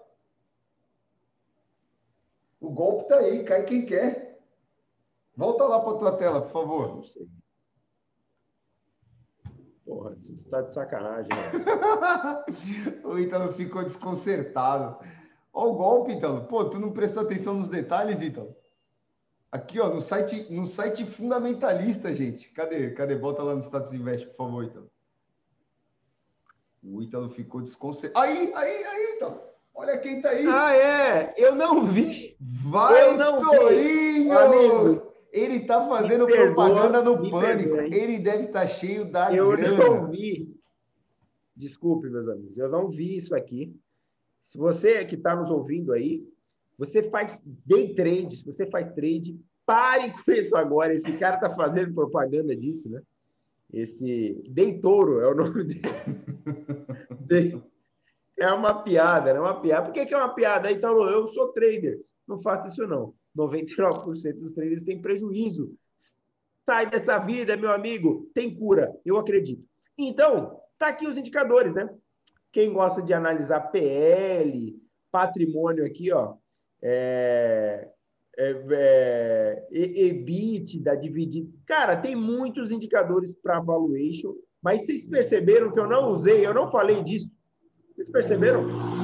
O golpe tá aí. Cai quem quer. Volta lá para tua tela, por favor. Não sei. Porra, tu tá de sacanagem, né? O Ítalo ficou desconcertado. Olha o golpe, Ítalo. Pô, tu não prestou atenção nos detalhes, Ítalo? Aqui, ó, no site, no site fundamentalista, gente. Cadê? Cadê? Volta lá no Status Invest, por favor, Ítalo. O Ítalo ficou desconcertado. Aí, aí, aí, Ítalo. Olha quem tá aí. Ah, é? Eu não vi. Vai, Eu não Torinho! vi. Amigo, ele tá fazendo perdoa, propaganda no Pânico. Perdoa, ele deve estar tá cheio da eu grana. Eu não vi. Desculpe, meus amigos. Eu não vi isso aqui. Se você que está nos ouvindo aí, você faz day trade, se você faz trade, pare com isso agora. Esse cara está fazendo propaganda disso, né? Esse Day Toro é o nome dele. É uma piada, é uma piada. Por que, que é uma piada? Então, eu sou trader. Não faço isso, não. noventa e nove por cento dos traders têm prejuízo. Sai dessa vida, meu amigo. Tem cura. Eu acredito. Então, tá aqui os indicadores, né? Quem gosta de analisar P L, patrimônio aqui, ó, é, é, é, EBITDA, dividido. Cara, tem muitos indicadores para valuation, mas vocês perceberam que eu não usei, eu não falei disso. Vocês perceberam?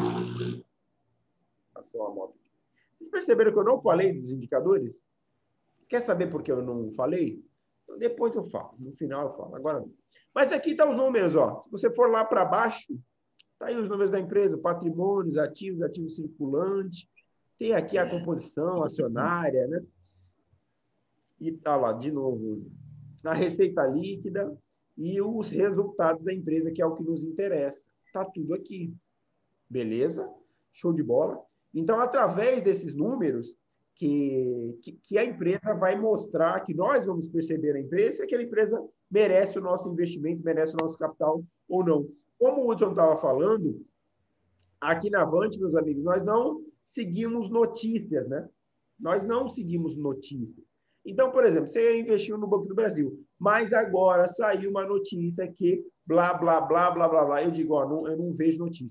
Passou uma moto. Vocês perceberam que eu não falei dos indicadores? Quer saber por que eu não falei? Então, depois eu falo. No final eu falo. Agora não. Mas aqui estão os números, ó. Se você for lá para baixo, tá aí os números da empresa, patrimônios, ativos, ativos circulantes. Tem aqui a composição acionária, né? E tá lá, de novo, a receita líquida e os resultados da empresa, que é o que nos interessa. Tá tudo aqui. Beleza? Show de bola. Então, através desses números, que, que, que a empresa vai mostrar, que nós vamos perceber a empresa, se aquela empresa merece o nosso investimento, merece o nosso capital ou não. Como o Hudson estava falando, aqui na Avante, meus amigos, nós não seguimos notícias, né? Nós não seguimos notícias. Então, por exemplo, você investiu no Banco do Brasil, mas agora saiu uma notícia que blá, blá, blá, blá, blá, blá. Eu digo, ó, não, eu não vejo notícia.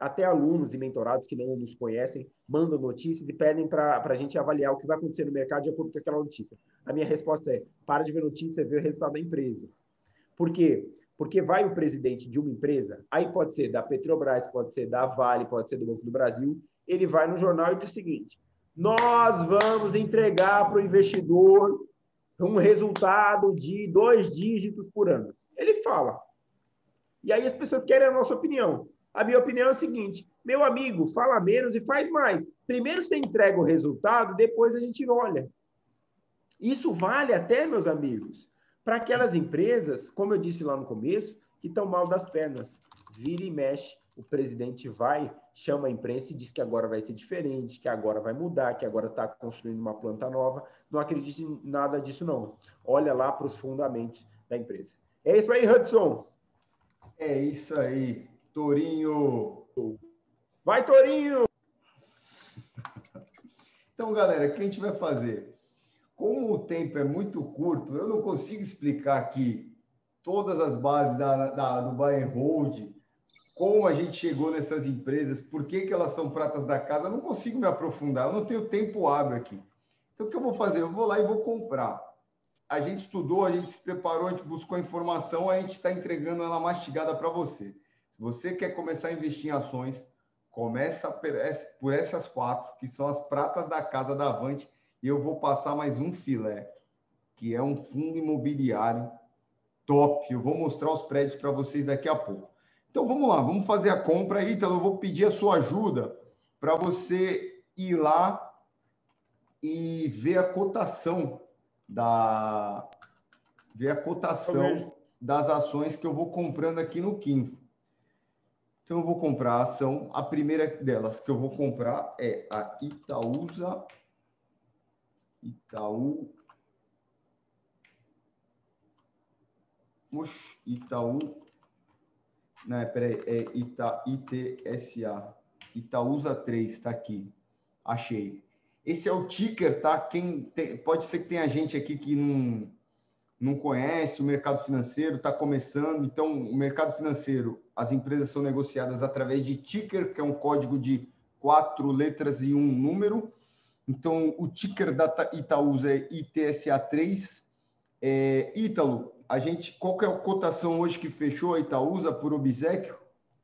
até alunos e mentorados que não nos conhecem mandam notícias e pedem para a gente avaliar o que vai acontecer no mercado de acordo com aquela notícia. A minha resposta é, para de ver notícia, ver o resultado da empresa. Por quê? Porque vai o presidente de uma empresa, aí pode ser da Petrobras, pode ser da Vale, pode ser do Banco do Brasil, ele vai no jornal e diz o seguinte, nós vamos entregar para o investidor um resultado de dois dígitos por ano. Ele fala. E aí as pessoas querem a nossa opinião. A minha opinião é o seguinte, meu amigo, fala menos e faz mais. Primeiro você entrega o resultado, depois a gente olha. Isso vale até, meus amigos, para aquelas empresas, como eu disse lá no começo, que estão mal das pernas. Vira e mexe, o presidente vai, chama a imprensa e diz que agora vai ser diferente, que agora vai mudar, que agora está construindo uma planta nova. Não acredite em nada disso, não. Olha lá para os fundamentos da empresa. É isso aí, Hudson. É isso aí, Torinho. Vai, Torinho! Então, galera, o que a gente vai fazer? Como o tempo é muito curto, eu não consigo explicar aqui todas as bases da, da, do buy and hold, como a gente chegou nessas empresas, por que, que elas são pratas da casa, eu não consigo me aprofundar, eu não tenho tempo hábil aqui. Então, o que eu vou fazer? Eu vou lá e vou comprar. A gente estudou, a gente se preparou, a gente buscou informação, a gente está entregando ela mastigada para você. Se você quer começar a investir em ações, começa por essas quatro, que são as pratas da casa da Avante, e eu vou passar mais um filé, que é um fundo imobiliário top. Eu vou mostrar os prédios para vocês daqui a pouco. Então, vamos lá, vamos fazer a compra aí, Ítalo. Eu vou pedir a sua ajuda para você ir lá e ver a cotação da ver a cotação das ações que eu vou comprando aqui no Kinfo. Então, eu vou comprar a ação. A primeira delas que eu vou comprar é a Itaúsa. Itaú. Oxe, Itaú. Não, peraí, é Ita, I T S A. Itaúsa três, está aqui. Achei. Esse é o ticker, tá? Quem tem, pode ser que tenha gente aqui que não, não conhece o mercado financeiro, está começando. Então, o mercado financeiro, as empresas são negociadas através de ticker, que é um código de quatro letras e um número. Então, o ticker da Itaúsa é I T S A três. É, Ítalo, a gente, qual que é a cotação hoje que fechou a Itaúsa por obséquio?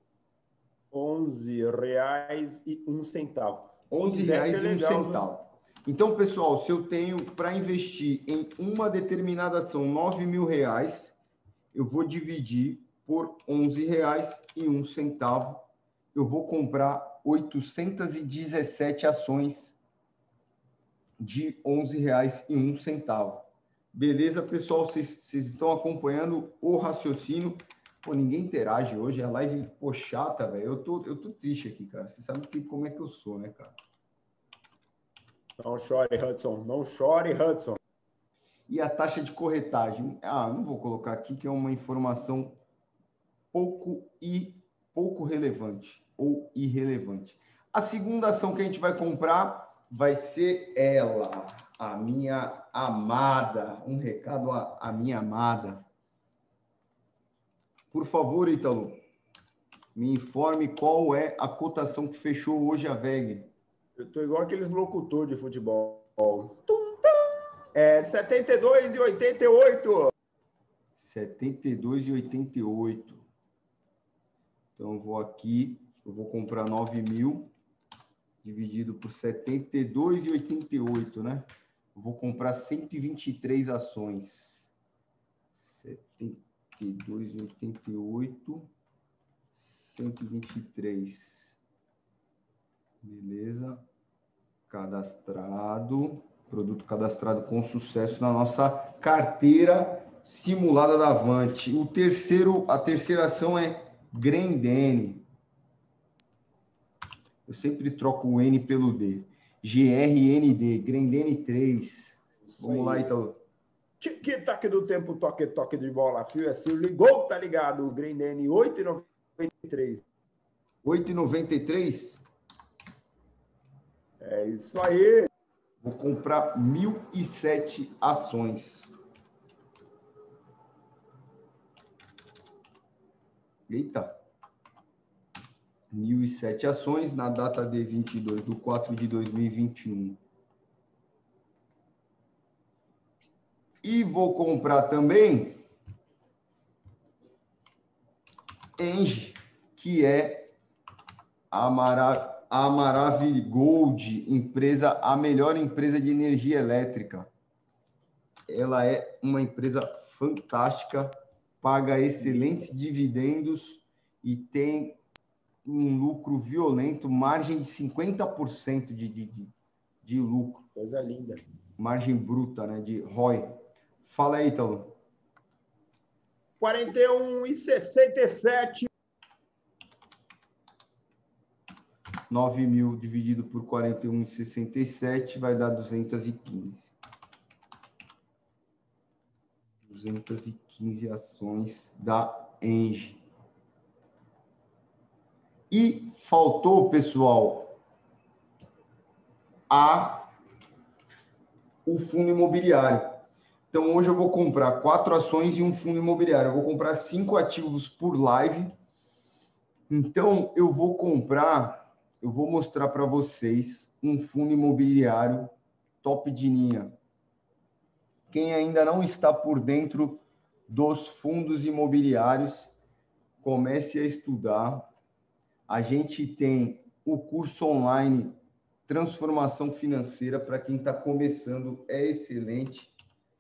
onze reais e um centavo. onze reais e um centavo. Então, pessoal, se eu tenho para investir em uma determinada ação nove mil reais, eu vou dividir por onze reais e um centavo. Eu vou comprar oitocentas e dezessete ações de onze reais e um centavo. Beleza, pessoal? Vocês estão acompanhando o raciocínio? Pô, ninguém interage hoje, a live, pô, chata, velho. Eu tô, eu tô triste aqui, cara. Você sabe que, como é que eu sou, né, cara? Não chore, Hudson. Não chore, Hudson. E a taxa de corretagem? Ah, não vou colocar aqui, que é uma informação pouco e pouco relevante ou irrelevante. A segunda ação que a gente vai comprar vai ser ela, a minha amada. Um recado à, à minha amada. Por favor, Ítalo, me informe qual é a cotação que fechou hoje a V E G. Eu tô igual aqueles locutores de futebol. É setenta e dois e oitenta e oito. setenta e dois e oitenta e oito. Então, eu vou aqui, eu vou comprar nove mil, dividido por setenta e dois e oitenta e oito, né? Eu vou comprar cento e vinte e três ações. setenta e dois e oitenta e oito, cento e vinte e três. Beleza. Cadastrado. Produto cadastrado com sucesso na nossa carteira simulada da Avante. O terceiro, a terceira ação é Grendene. Eu sempre troco o N pelo D. G R N D, Grendene três. Isso Vamos aí. lá, Ítalo. Tic-tac do tempo, toque, toque de bola. Fio assim, ligou, tá ligado? Grendene oito e noventa e três. oito e noventa e três? É isso aí. Vou comprar mil e sete ações. Eita. mil e sete ações na data de vinte e dois de quatro de dois mil e vinte e um. E vou comprar também Engie, que é a, Mara, a Maravilha Gold, empresa, a melhor empresa de energia elétrica. Ela é uma empresa fantástica, paga excelentes dividendos e tem um lucro violento, margem de cinquenta por cento de, de, de, de lucro. Coisa linda. Margem bruta, né, de R O I. Fala aí, Ítalo. quarenta e um e sessenta e sete. nove mil dividido por quarenta e um e sessenta e sete vai dar duzentos e quinze. duzentas e quinze ações da Engie. E faltou, pessoal, a o fundo imobiliário. Então, hoje eu vou comprar quatro ações e um fundo imobiliário. Eu vou comprar cinco ativos por live. Então, eu vou comprar, eu vou mostrar para vocês um fundo imobiliário top de linha. Quem ainda não está por dentro dos fundos imobiliários, comece a estudar. A gente tem o curso online Transformação Financeira para quem está começando, é excelente.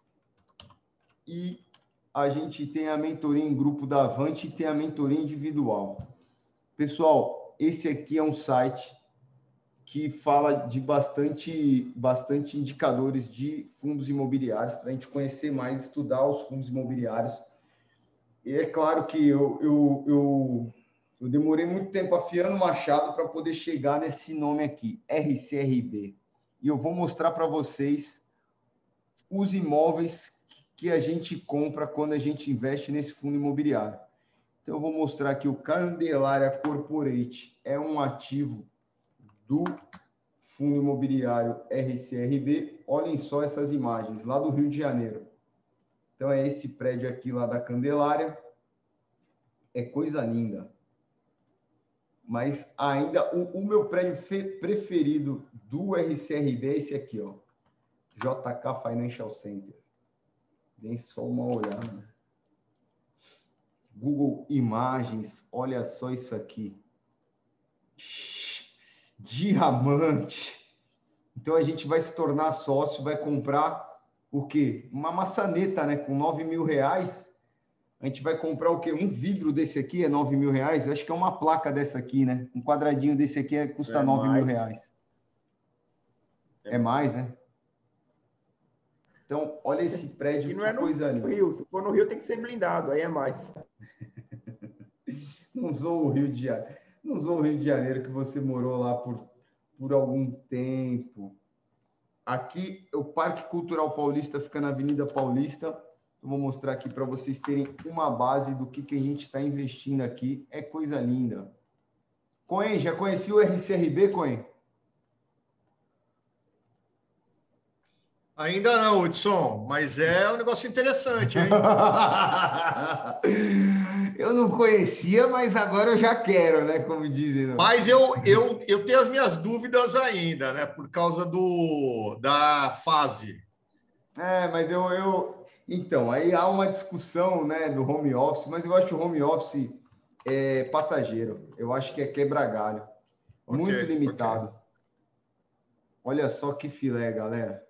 E a gente tem a mentoria em grupo da Avante e tem a mentoria individual. Pessoal, esse aqui é um site que fala de bastante, bastante indicadores de fundos imobiliários para a gente conhecer mais, estudar os fundos imobiliários. E é claro que eu, eu, eu, eu demorei muito tempo afiando o machado para poder chegar nesse nome aqui, R C R B. E eu vou mostrar para vocês os imóveis que a gente compra quando a gente investe nesse fundo imobiliário. Então, eu vou mostrar aqui o Candelária Corporate, é um ativo do fundo imobiliário R C R B. Olhem só essas imagens, lá do Rio de Janeiro. Então, é esse prédio aqui lá da Candelária. É coisa linda. Mas ainda, o, o meu prédio fe, preferido do R C R B é esse aqui, ó. J K Financial Center. Deem só uma olhada. Google Imagens, olha só isso aqui. Diamante. Então a gente vai se tornar sócio, vai comprar o quê? Uma maçaneta, né? Com nove mil reais. A gente vai comprar o quê? Um vidro desse aqui é nove mil reais? Acho que é uma placa dessa aqui, né? Um quadradinho desse aqui é, custa é nove mil reais. É, é mais, né? Então, olha esse prédio, e não que é no coisa linda. Rio. Se for no Rio, tem que ser blindado, aí é mais. Não usou o Rio de Janeiro. Não usou o Rio de Janeiro que você morou lá por, por algum tempo. Aqui, o Parque Cultural Paulista fica na Avenida Paulista. Eu vou mostrar aqui para vocês terem uma base do que, que a gente está investindo aqui. É coisa linda. Coen, já conheci o R C R B, Coen? Ainda não, Hudson, mas é um negócio interessante, hein? Eu não conhecia, mas agora eu já quero, né? Como dizem. Não? Mas eu, eu, eu tenho as minhas dúvidas ainda, né? Por causa do, da fase. É, mas eu, eu... Então, aí há uma discussão, né, do home office, mas eu acho o home office é, passageiro. Eu acho que é quebra-galho. Okay, muito limitado. Okay. Olha só que filé, galera.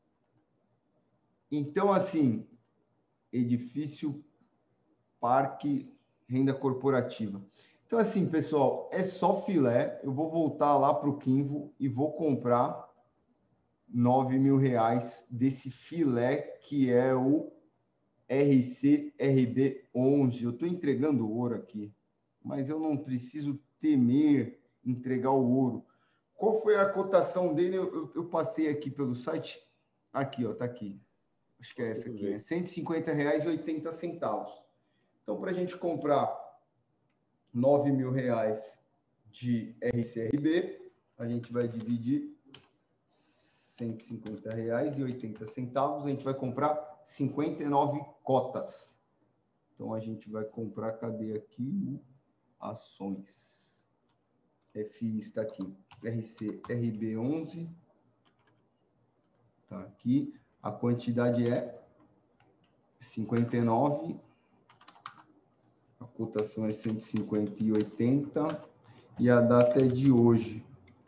Então, assim, edifício, parque, renda corporativa. Então, assim, pessoal, é só filé. Eu vou voltar lá para o Quinvo e vou comprar nove mil reais desse filé que é o R C R B onze. Eu estou entregando ouro aqui, mas eu não preciso temer entregar o ouro. Qual foi a cotação dele? Eu, eu, eu passei aqui pelo site. Aqui, ó, tá aqui. Acho que é essa aqui, né? cento e cinquenta reais e oitenta centavos. Então, para a gente comprar nove mil reais de R C R B, a gente vai dividir cento e cinquenta reais e oitenta centavos, a gente vai comprar cinquenta e nove cotas. Então, a gente vai comprar, cadê aqui? Ações. F I está aqui. R C R B onze. Tá aqui. A quantidade é cinquenta e nove. A cotação é cento e cinquenta e oitenta. E a data é de hoje.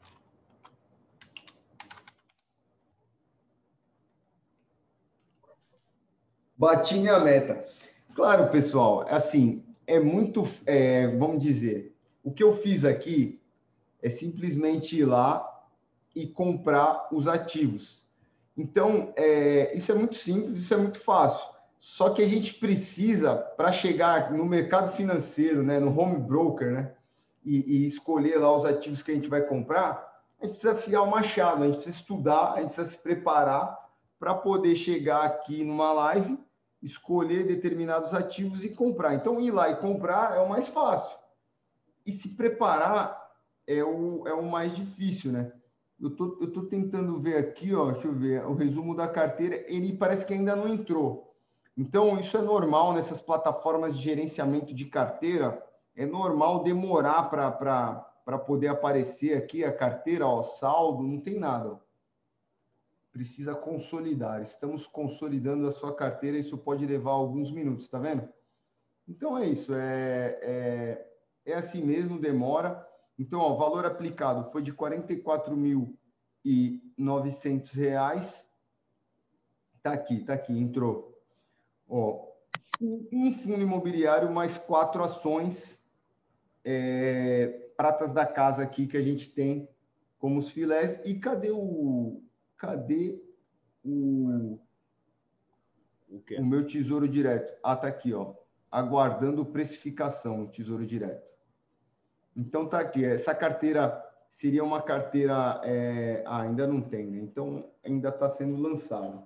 Bati minha meta. Claro, pessoal, assim, é muito, é, vamos dizer, o que eu fiz aqui é simplesmente ir lá e comprar os ativos. Então, é, isso é muito simples, isso é muito fácil. Só que a gente precisa, para chegar no mercado financeiro, né, no home broker, né, e, e escolher lá os ativos que a gente vai comprar, a gente precisa afiar o machado, a gente precisa estudar, a gente precisa se preparar para poder chegar aqui numa live, escolher determinados ativos e comprar. Então, ir lá e comprar é o mais fácil. E se preparar é o, é o mais difícil, né? Eu tô, eu tô tentando ver aqui, ó, deixa eu ver, o resumo da carteira, ele parece que ainda não entrou. Então, isso é normal nessas plataformas de gerenciamento de carteira, é normal demorar para poder aparecer aqui a carteira, ó, saldo, não tem nada, ó. Precisa consolidar. Estamos consolidando a sua carteira, isso pode levar alguns minutos, tá vendo? Então é isso, é, é, é assim mesmo, demora. Então, ó, o valor aplicado foi de quarenta e quatro mil e novecentos reais. Tá aqui, tá aqui, entrou. Ó, um fundo imobiliário mais quatro ações é, pratas da casa aqui que a gente tem como os filés. E cadê o... Cadê o, o, quê? o meu Tesouro Direto? Ah, tá aqui, ó. Aguardando precificação, o Tesouro Direto. Então, tá aqui. Essa carteira seria uma carteira... É, ah, ainda não tem, né? Então, ainda está sendo lançado.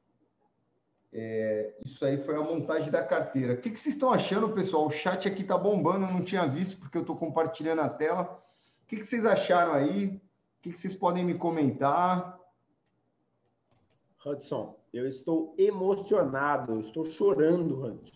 É, isso aí foi a montagem da carteira. O que, que vocês estão achando, pessoal? O chat aqui tá bombando, eu não tinha visto porque eu estou compartilhando a tela. O que, que vocês acharam aí? O que, que vocês podem me comentar? Hudson, eu estou emocionado, eu estou chorando, Hudson.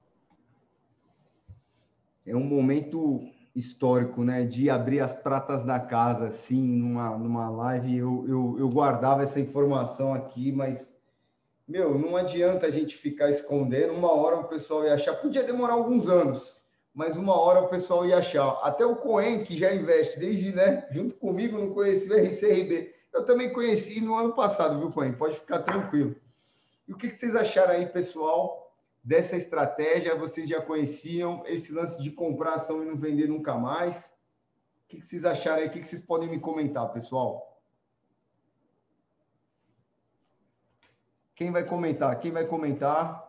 É um momento histórico, né? De abrir as pratas da casa, assim, numa, numa live. Eu, eu, eu guardava essa informação aqui, mas, meu, não adianta a gente ficar escondendo. Uma hora o pessoal ia achar. Podia demorar alguns anos, mas uma hora o pessoal ia achar. Até o Cohen, que já investe desde, né? Junto comigo, não conheci o R C R B. Eu também conheci no ano passado, viu, Cohen? Pode ficar tranquilo. E o que vocês acharam aí, pessoal, dessa estratégia? Vocês já conheciam esse lance de comprar ação e não vender nunca mais? O que vocês acharam aí? O que vocês podem me comentar, pessoal? Quem vai comentar? Quem vai comentar?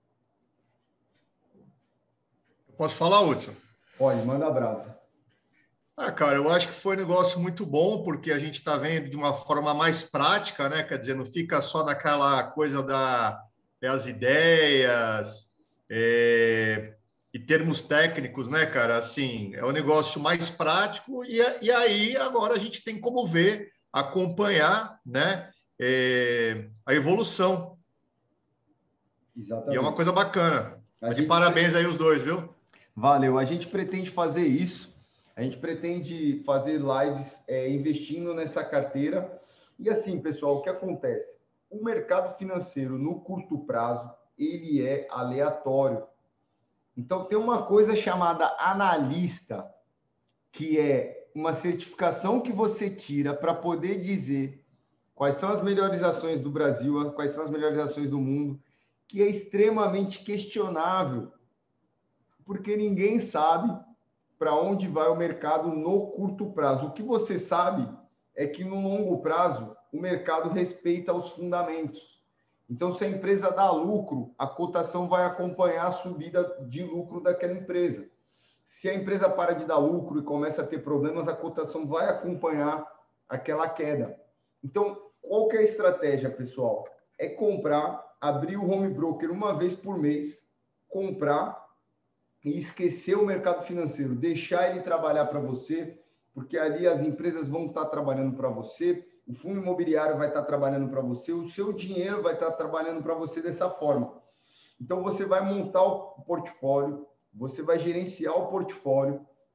Posso falar, Hudson? Pode, manda a brasa. Ah, cara, eu acho que foi um negócio muito bom, porque a gente está vendo de uma forma mais prática, né? Quer dizer, não fica só naquela coisa da, das ideias é, e termos técnicos, né, cara? Assim, é um negócio mais prático e, e aí agora a gente tem como ver, acompanhar, né, é, a evolução. Exatamente. E é uma coisa bacana. A De gente... parabéns aí os dois, viu? Valeu. A gente pretende fazer isso. A gente pretende fazer lives é, investindo nessa carteira. E assim, pessoal, o que acontece? O mercado financeiro, no curto prazo, ele é aleatório. Então, tem uma coisa chamada analista, que é uma certificação que você tira para poder dizer quais são as melhores ações do Brasil, quais são as melhores ações do mundo, que é extremamente questionável, porque ninguém sabe para onde vai o mercado no curto prazo. O que você sabe é que no longo prazo o mercado respeita os fundamentos. Então, se a empresa dá lucro, a cotação vai acompanhar a subida de lucro daquela empresa. Se a empresa para de dar lucro e começa a ter problemas, a cotação vai acompanhar aquela queda. Então, qual que é a estratégia, pessoal? É comprar, abrir o home broker uma vez por mês, comprar e esquecer o mercado financeiro, deixar ele trabalhar para você, porque ali as empresas vão estar trabalhando para você, o fundo imobiliário vai estar trabalhando para você, o seu dinheiro vai estar trabalhando para você dessa forma. Então, você vai montar o portfólio, você vai gerenciar o portfólio,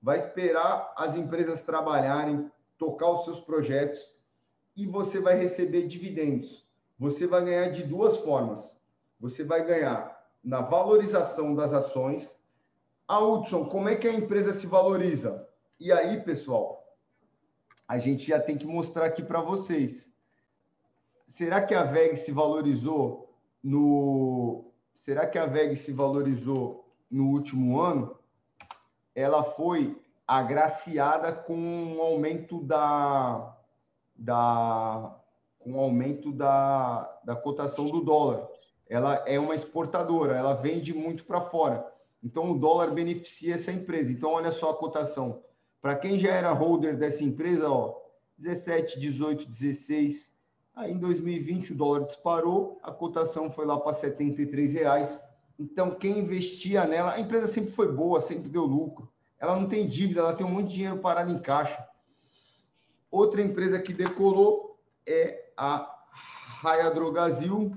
vai esperar as empresas trabalharem, tocar os seus projetos e você vai receber dividendos. Você vai ganhar de duas formas. Você vai ganhar na valorização das ações. Ah, Hudson, como é que a empresa se valoriza? E aí, pessoal, a gente já tem que mostrar aqui para vocês. Será que a V E G se valorizou no... Será que a V E G se valorizou no último ano? Ela foi agraciada com um aumento da... da com o aumento da, da cotação do dólar. Ela é uma exportadora, ela vende muito para fora. Então, o dólar beneficia essa empresa. Então, olha só a cotação. Para quem já era holder dessa empresa, ó, dezessete, dezoito, dezesseis. Aí, em dois mil e vinte, o dólar disparou, a cotação foi lá para setenta e três reais. Então, quem investia nela, a empresa sempre foi boa, sempre deu lucro. Ela não tem dívida, ela tem um monte de dinheiro parado em caixa. Outra empresa que decolou é a Raia Drogasil.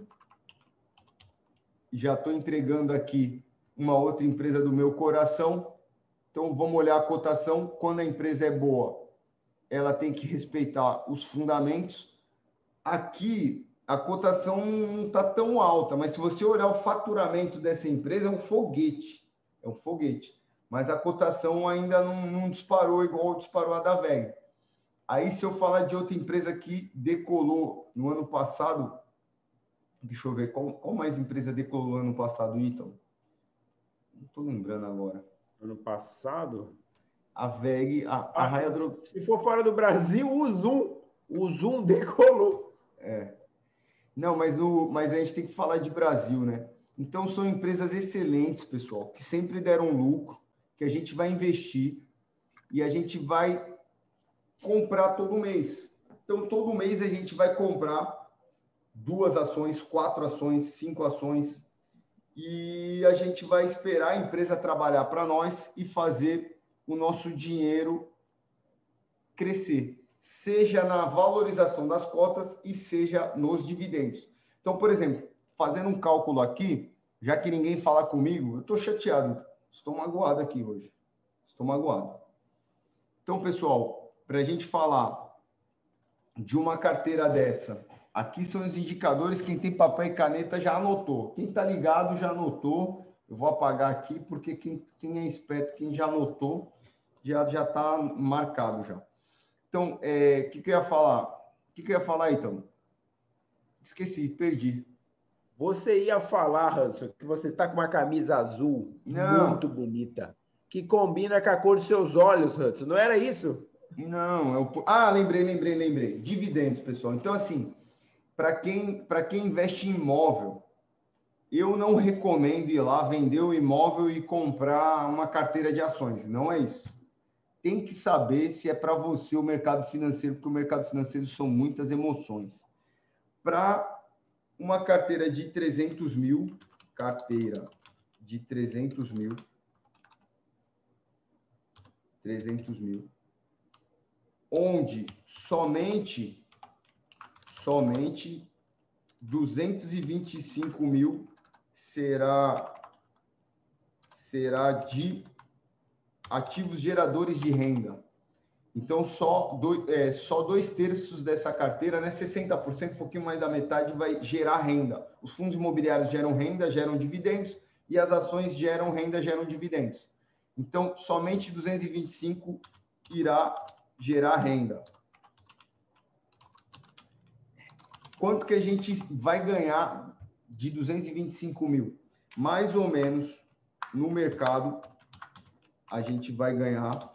Já estou entregando aqui uma outra empresa do meu coração. Então, vamos olhar a cotação. Quando a empresa é boa, ela tem que respeitar os fundamentos. Aqui, a cotação não está tão alta, mas se você olhar o faturamento dessa empresa, é um foguete. É um foguete. Mas a cotação ainda não, não disparou igual disparou a da V E G. Aí, se eu falar de outra empresa que decolou no ano passado, deixa eu ver, qual, qual mais empresa decolou no ano passado, Ítalo? Não estou lembrando agora. Ano passado? A V E G, a, a Ah, Raia Dro... Se for fora do Brasil, o Zoom. O Zoom decolou. É. Não, mas, o, mas a gente tem que falar de Brasil, né? Então, são empresas excelentes, pessoal, que sempre deram lucro, que a gente vai investir e a gente vai comprar todo mês. Então, todo mês a gente vai comprar duas ações, quatro ações, cinco ações e a gente vai esperar a empresa trabalhar para nós e fazer o nosso dinheiro crescer, seja na valorização das cotas e seja nos dividendos. Então, por exemplo, fazendo um cálculo aqui, já que ninguém fala comigo, eu estou chateado, estou magoado aqui hoje, estou magoado. Então, pessoal, para a gente falar de uma carteira dessa, aqui são os indicadores, quem tem papel e caneta já anotou. Quem está ligado já anotou. Eu vou apagar aqui, porque quem, quem é esperto, quem já anotou, já já está marcado já. Então, o é, que, que eu ia falar? O que, que eu ia falar, então? Esqueci, perdi. Você ia falar, Hanson, que você está com uma camisa azul Não. muito bonita, que combina com a cor dos seus olhos, Hanson. Não era isso? Não, é o... Ah, lembrei, lembrei, lembrei. Dividendos, pessoal. Então, assim, para quem, para quem investe em imóvel, eu não recomendo ir lá vender o imóvel e comprar uma carteira de ações. Não é isso. Tem que saber se é para você o mercado financeiro, porque o mercado financeiro são muitas emoções. Para uma carteira de trezentos mil, carteira de trezentos mil, trezentos mil, onde somente, somente duzentos e vinte e cinco mil será, será de ativos geradores de renda. Então, só, do, é, só dois terços dessa carteira, né, sessenta por cento, um pouquinho mais da metade, vai gerar renda. Os fundos imobiliários geram renda, geram dividendos, e as ações geram renda, geram dividendos. Então, somente duzentos e vinte e cinco irá gerar renda. Quanto que a gente vai ganhar de duzentos e vinte e cinco mil? Mais ou menos, no mercado, a gente vai ganhar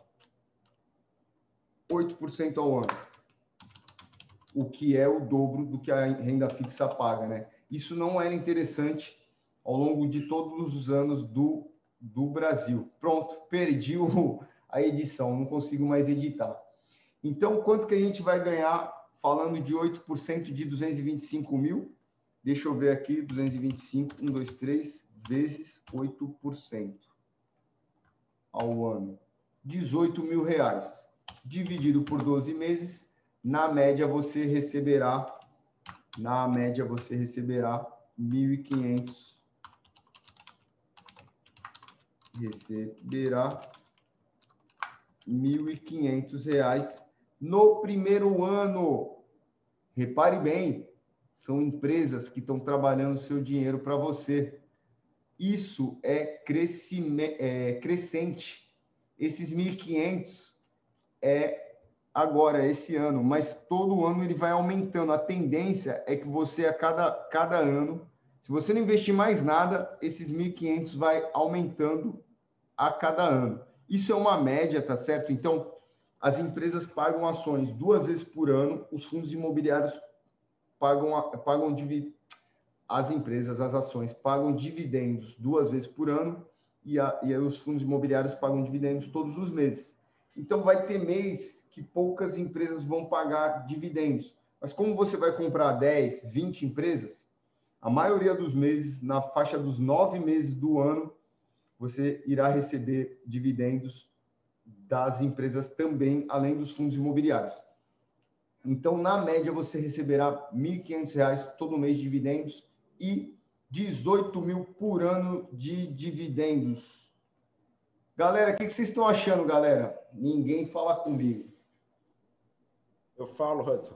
oito por cento ao ano, o que é o dobro do que a renda fixa paga, né? Isso não era interessante ao longo de todos os anos do, do Brasil. Pronto, perdi o, a edição, não consigo mais editar. Então, quanto que a gente vai ganhar falando de oito por cento de duzentos e vinte e cinco mil? Deixa eu ver aqui, duzentos e vinte e cinco, um, dois, três, vezes oito por cento ao ano. dezoito mil reais. Dividido por doze meses, na média você receberá, na média você receberá mil e quinhentos. Receberá mil e quinhentos reais no primeiro ano. Repare bem, são empresas que estão trabalhando seu dinheiro para você. Isso é, crescime- é crescente. Esses mil e quinhentos é agora, esse ano, mas todo ano ele vai aumentando. A tendência é que você, a cada, cada ano, se você não investir mais nada, esses mil e quinhentos vai aumentando a cada ano. Isso é uma média, tá certo? Então, as empresas pagam ações duas vezes por ano, os fundos imobiliários pagam, pagam dividendos. As empresas, as ações, pagam dividendos duas vezes por ano e, a, e os fundos imobiliários pagam dividendos todos os meses. Então, vai ter mês que poucas empresas vão pagar dividendos. Mas como você vai comprar dez, vinte empresas, a maioria dos meses, na faixa dos nove meses do ano, você irá receber dividendos das empresas também, além dos fundos imobiliários. Então, na média, você receberá mil e quinhentos reais todo mês de dividendos e dezoito mil por ano de dividendos. Galera, o que vocês estão achando, galera? Ninguém fala comigo. Eu falo, Hudson.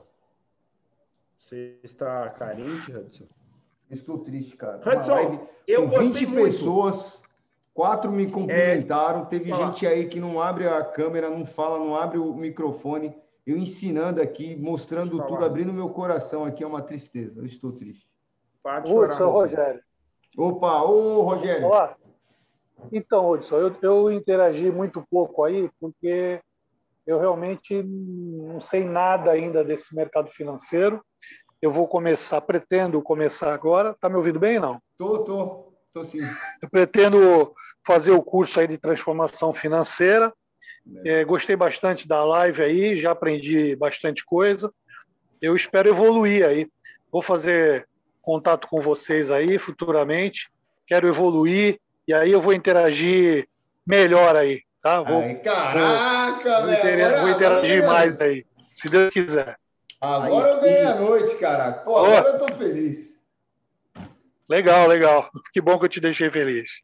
Você está carente, Hudson? Estou triste, cara. Hudson, Uma live eu com vinte gostei muito. pessoas, quatro me cumprimentaram. É, Teve falar. gente aí que não abre a câmera, não fala, não abre o microfone. Eu ensinando aqui, mostrando tudo, abrindo meu coração aqui, é uma tristeza. Eu estou triste. Hudson, Rogério. Opa, ô Rogério. Olá. Então, Hudson, eu, eu interagi muito pouco aí, porque eu realmente não sei nada ainda desse mercado financeiro. Eu vou começar, pretendo começar agora. Tá me ouvindo bem, não? Tô, tô, tô sim. Eu pretendo fazer o curso aí de transformação financeira. É, gostei bastante da live aí, já aprendi bastante coisa. Eu espero evoluir aí. Vou fazer contato com vocês aí futuramente. Quero evoluir e aí eu vou interagir melhor aí, tá? Vou, Ai, caraca, vou, velho. vou, vou interagir mais aí, se Deus quiser. Agora eu ganhei a noite, cara. Pô, agora eu tô feliz. Legal, legal. Que bom que eu te deixei feliz.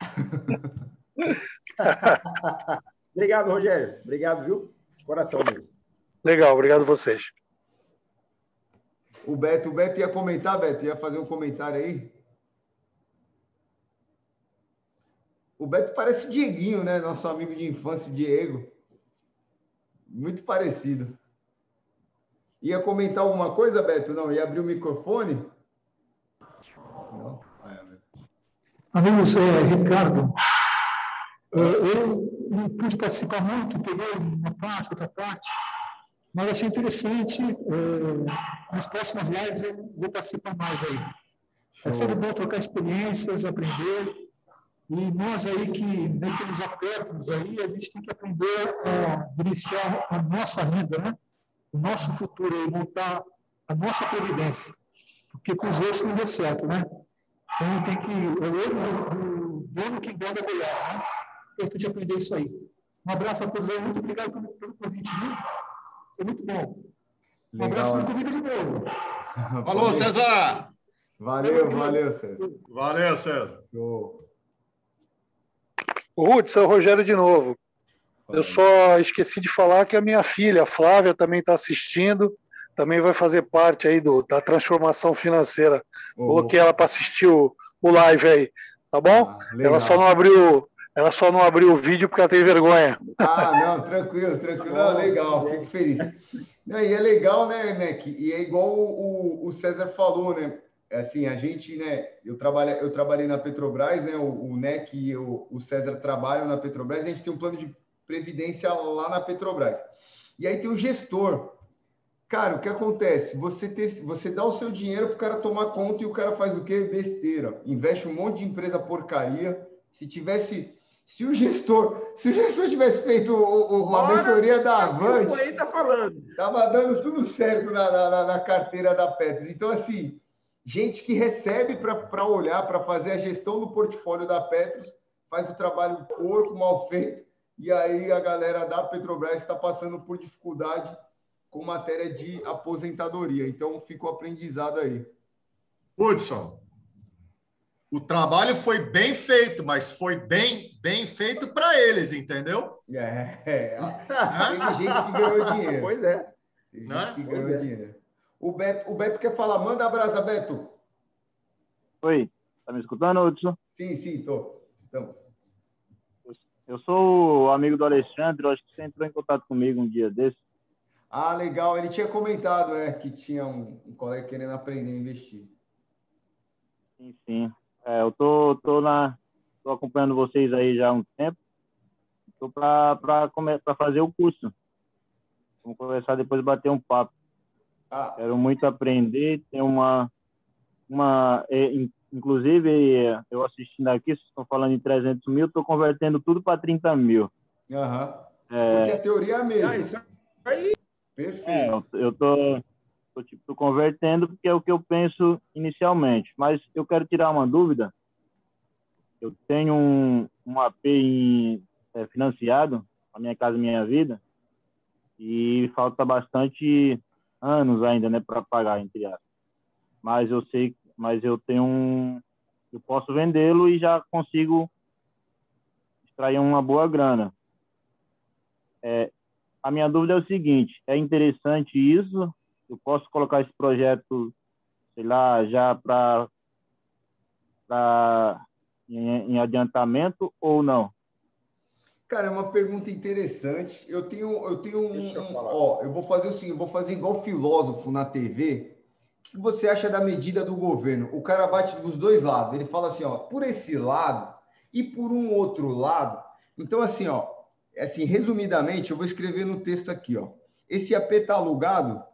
Obrigado, Rogério. Obrigado, viu? De coração mesmo. Legal, obrigado a vocês. O Beto, o Beto ia comentar, Beto? Ia fazer um comentário aí? O Beto parece o Dieguinho, né? Nosso amigo de infância, o Diego. Muito parecido. Ia comentar alguma coisa, Beto? Não? Ia abrir o microfone? Não. Amigos, é, Ricardo, é, eu não pude participar muito, peguei uma parte, outra parte, mas achei interessante. É, nas próximas lives eu vou participar mais aí. É sempre bom trocar experiências, aprender. E nós aí que meio que nos apertamos aí, a gente tem que aprender a gerenciar a nossa vida, né? O nosso futuro aí, montar a nossa previdência. Porque com os outros não deu certo, né? Então tem que. É o erro do dono que engorda a goiaba, né? Importante aprender isso aí. Um abraço a todos aí, muito obrigado pelo, pelo convite, viu? Foi muito bom. Um Legal. abraço e me convida de novo. Falou, César! Valeu, valeu, César. Valeu, César. Show. O Hudson, é o Rogério de novo. Eu só esqueci de falar que a minha filha, a Flávia, também está assistindo, também vai fazer parte aí do, da transformação financeira. Oh. Coloquei ela para assistir o, o live aí, tá bom? Ah, ela só não abriu, ela só não abriu o vídeo porque ela tem vergonha. Ah, não, tranquilo, tranquilo. Não, legal, fico feliz. Não, e é legal, né, Mac? E é igual o, o César falou, né? Assim, a gente, né, eu, trabalha, eu trabalhei na Petrobras, né, o, o N E C e o, o César trabalham na Petrobras, a gente tem um plano de previdência lá na Petrobras. E aí tem o gestor. Cara, o que acontece? Você, ter, você dá o seu dinheiro para o cara tomar conta e o cara faz o quê? Besteira. Investe um monte de empresa porcaria. Se tivesse... Se o gestor, se o gestor tivesse feito o, o, a mentoria da Avante, aí tá falando. Tava dando tudo certo na, na, na carteira da Petros. Então, assim... Gente que recebe para olhar, para fazer a gestão do portfólio da Petros, faz o trabalho porco, mal feito, e aí a galera da Petrobras está passando por dificuldade com matéria de aposentadoria. Então, fica o aprendizado aí. Hudson, o trabalho foi bem feito, mas foi bem, bem feito para eles, entendeu? É, é. Teve gente que ganhou dinheiro. Pois é. Teve Né? gente que ganhou Pois é. dinheiro. O Beto, o Beto quer falar. Manda abraço, Beto. Oi, tá me escutando, Hudson? Sim, sim, tô. Estamos. Eu sou amigo do Alexandre, eu acho que você entrou em contato comigo um dia desse. Ah, legal. Ele tinha comentado, é, que tinha um, um colega querendo aprender a investir. Sim, sim. É, eu tô, tô, na, tô acompanhando vocês aí já há um tempo. Tô para fazer o curso. Vamos conversar depois e bater um papo. Ah, Quero muito aprender. Tem uma... uma é, inclusive, eu assistindo aqui, vocês estão falando em trezentos mil, estou convertendo tudo para trinta mil. aham. É, Porque a teoria é a mesma. Ah, isso aí. Perfeito. é, eu, eu tô, tô, tipo, tô convertendo porque é o que eu penso inicialmente. Mas eu quero tirar uma dúvida. Eu tenho um, um A P em, é, financiado, a Minha Casa Minha Vida, e falta bastante anos ainda, né, para pagar, entre aspas. Mas eu sei, mas eu tenho um, eu posso vendê-lo e já consigo extrair uma boa grana. É, a minha dúvida é o seguinte: é interessante isso? Eu posso colocar esse projeto, sei lá, já para em, em adiantamento ou não? Cara, é uma pergunta interessante. Eu tenho, eu tenho um, Deixa eu um- falar. ó, eu vou fazer o seguinte, eu vou fazer igual filósofo na T V. O que você acha da medida do governo? O cara bate dos dois lados. Ele fala assim, ó, por esse lado e por um outro lado. Então, assim, ó, assim, resumidamente, eu vou escrever no texto aqui, ó. Esse A P tá alugado?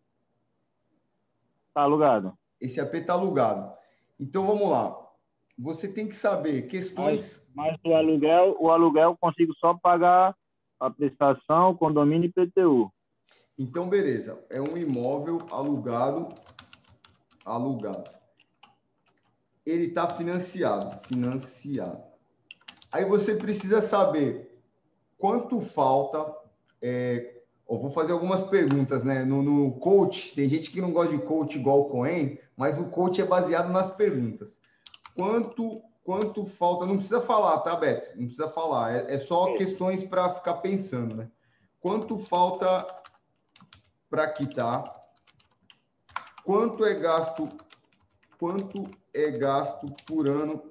Tá alugado. Esse A P tá alugado. Então, vamos lá. Você tem que saber questões... Mas, mas o aluguel, o aluguel eu consigo só pagar a prestação, condomínio e I P T U. Então, beleza. É um imóvel alugado, alugado. Ele está financiado, financiado. Aí você precisa saber quanto falta. É, eu vou fazer algumas perguntas, né? No, no coach, tem gente que não gosta de coach igual o Cohen, mas o coach é baseado nas perguntas. Quanto, quanto falta? Não precisa falar, tá, Beto? Não precisa falar. É, é só questões para ficar pensando, né? Quanto falta para quitar? Quanto é gasto? Quanto é gasto por ano?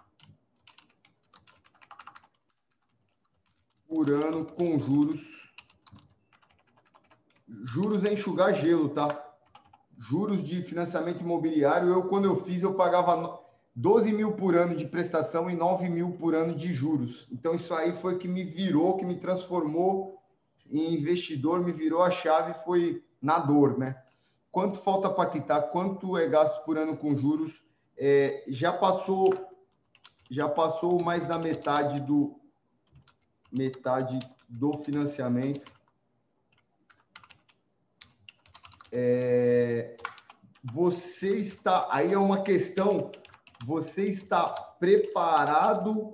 Por ano com juros? Juros é enxugar gelo, tá? Juros de financiamento imobiliário. Eu, quando eu fiz, eu pagava doze mil por ano de prestação e nove mil por ano de juros. Então, isso aí foi que me virou, que me transformou em investidor, me virou a chave, foi na dor, né? Quanto falta para quitar? Quanto é gasto por ano com juros? É, já passou, já passou mais da metade do metade do financiamento. É, você está, aí é uma questão, você está preparado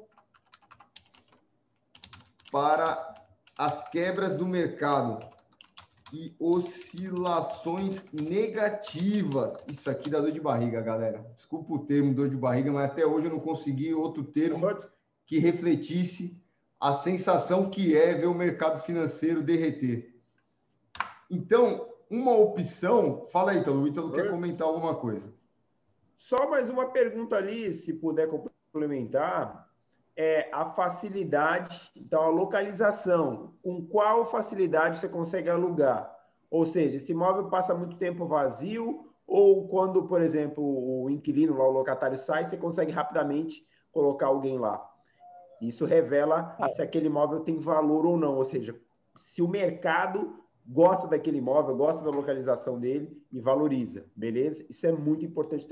para as quebras do mercado e oscilações negativas. Isso aqui dá dor de barriga, galera. Desculpa o termo dor de barriga, mas até hoje eu não consegui outro termo que refletisse a sensação que é ver o mercado financeiro derreter. Então, uma opção... Fala aí, Ítalo. O Ítalo quer comentar alguma coisa. Só mais uma pergunta ali, se puder complementar, é a facilidade, então a localização. Com qual facilidade você consegue alugar? Ou seja, esse imóvel passa muito tempo vazio ou quando, por exemplo, o inquilino, lá, o locatário sai, você consegue rapidamente colocar alguém lá. Isso revela se aquele imóvel tem valor ou não, ou seja, se o mercado gosta daquele imóvel, gosta da localização dele e valoriza, beleza? Isso é muito importante.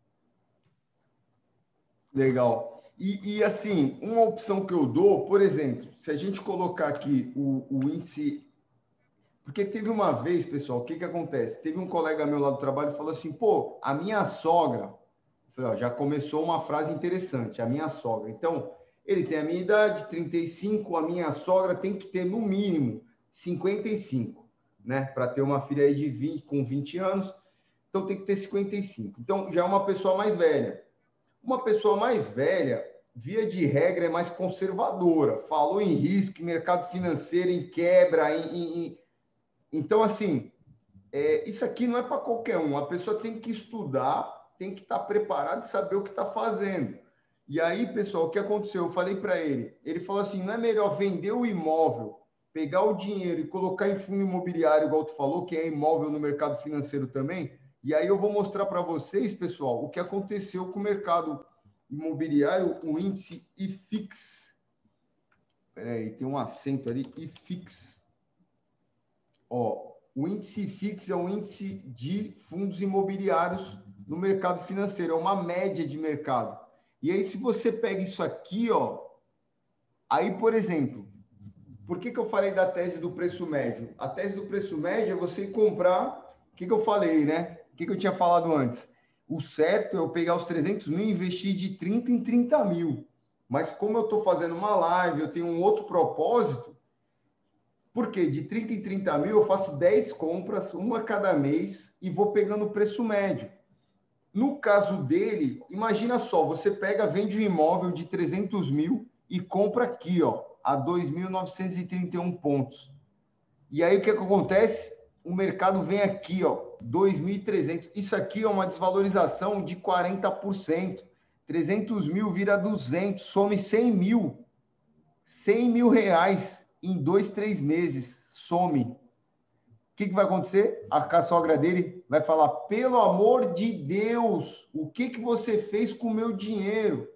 Legal. E, e assim, uma opção que eu dou, por exemplo, se a gente colocar aqui o, o índice... Porque teve uma vez, pessoal, o que que acontece? Teve um colega meu lá do trabalho que falou assim, pô, a minha sogra... Eu falei, ó, já começou uma frase interessante, a minha sogra. Então, ele tem a minha idade, trinta e cinco, a minha sogra tem que ter, no mínimo, cinquenta e cinco, né? Para ter uma filha aí de vinte, com vinte anos, então tem que ter cinquenta e cinco. Então, já é uma pessoa mais velha. Uma pessoa mais velha, via de regra, é mais conservadora. Falou em risco, em mercado financeiro, em quebra, em... em, em... Então, assim, é, isso aqui não é para qualquer um. A pessoa tem que estudar, tem que estar preparada e saber o que está fazendo. E aí, pessoal, o que aconteceu? Eu falei para ele, ele falou assim, não é melhor vender o imóvel, pegar o dinheiro e colocar em fundo imobiliário, igual tu falou, que é imóvel no mercado financeiro também? E aí eu vou mostrar para vocês, pessoal, o que aconteceu com o mercado imobiliário, o índice I F I X. Espera aí, tem um acento ali, I F I X. Ó, o índice I F I X é um índice de fundos imobiliários no mercado financeiro, é uma média de mercado. E aí, se você pega isso aqui, ó, aí, por exemplo, por que que eu falei da tese do preço médio? A tese do preço médio é você comprar, o que que eu falei, né? O que que eu tinha falado antes? O certo é eu pegar os trezentos mil e investir de trinta em trinta mil. Mas como eu estou fazendo uma live, eu tenho um outro propósito, porque de trinta em trinta mil eu faço dez compras, uma cada mês, e vou pegando o preço médio. No caso dele, imagina só, você pega, vende um imóvel de trezentos mil e compra aqui, ó, a dois mil novecentos e trinta e um pontos. E aí o que, que acontece? O mercado vem aqui, ó, dois mil e trezentos. Isso aqui é uma desvalorização de quarenta por cento. trezentos mil vira duzentos, some cem mil. cem mil reais em dois, três meses, some. O que, que vai acontecer? A sogra dele vai falar, pelo amor de Deus, o que, que você fez com o meu dinheiro?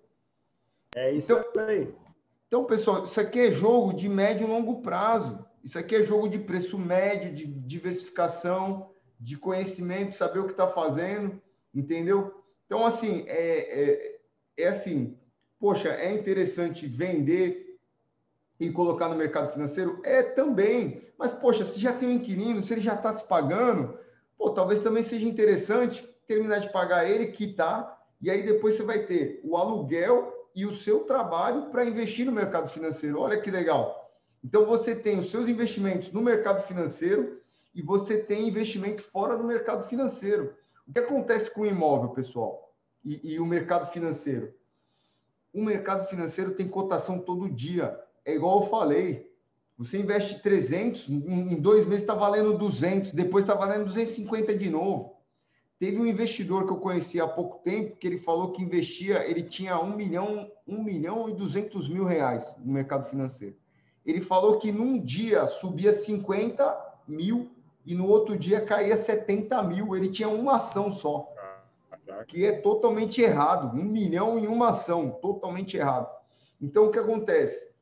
É isso então, aí. Então, pessoal, isso aqui é jogo de médio e longo prazo. Isso aqui é jogo de preço médio, de diversificação, de conhecimento, saber o que está fazendo, entendeu? Então, assim, é, é, é assim, poxa, é interessante vender e colocar no mercado financeiro? É também. Mas, poxa, se já tem um inquilino, se ele já está se pagando, pô, talvez também seja interessante terminar de pagar ele, quitar, e aí depois você vai ter o aluguel e o seu trabalho para investir no mercado financeiro. Olha que legal. Então, você tem os seus investimentos no mercado financeiro e você tem investimento fora do mercado financeiro. O que acontece com o imóvel, pessoal, e, e o mercado financeiro? O mercado financeiro tem cotação todo dia. É igual eu falei, você investe trezentos, em dois meses está valendo duzentos, depois está valendo duzentos e cinquenta de novo. Teve um investidor que eu conheci há pouco tempo que ele falou que investia, ele tinha um milhão, um milhão e duzentos mil reais no mercado financeiro. Ele falou que num dia subia cinquenta mil e no outro dia caía setenta mil. Ele tinha uma ação só, que é totalmente errado. Um milhão em uma ação, totalmente errado. Então, o que acontece?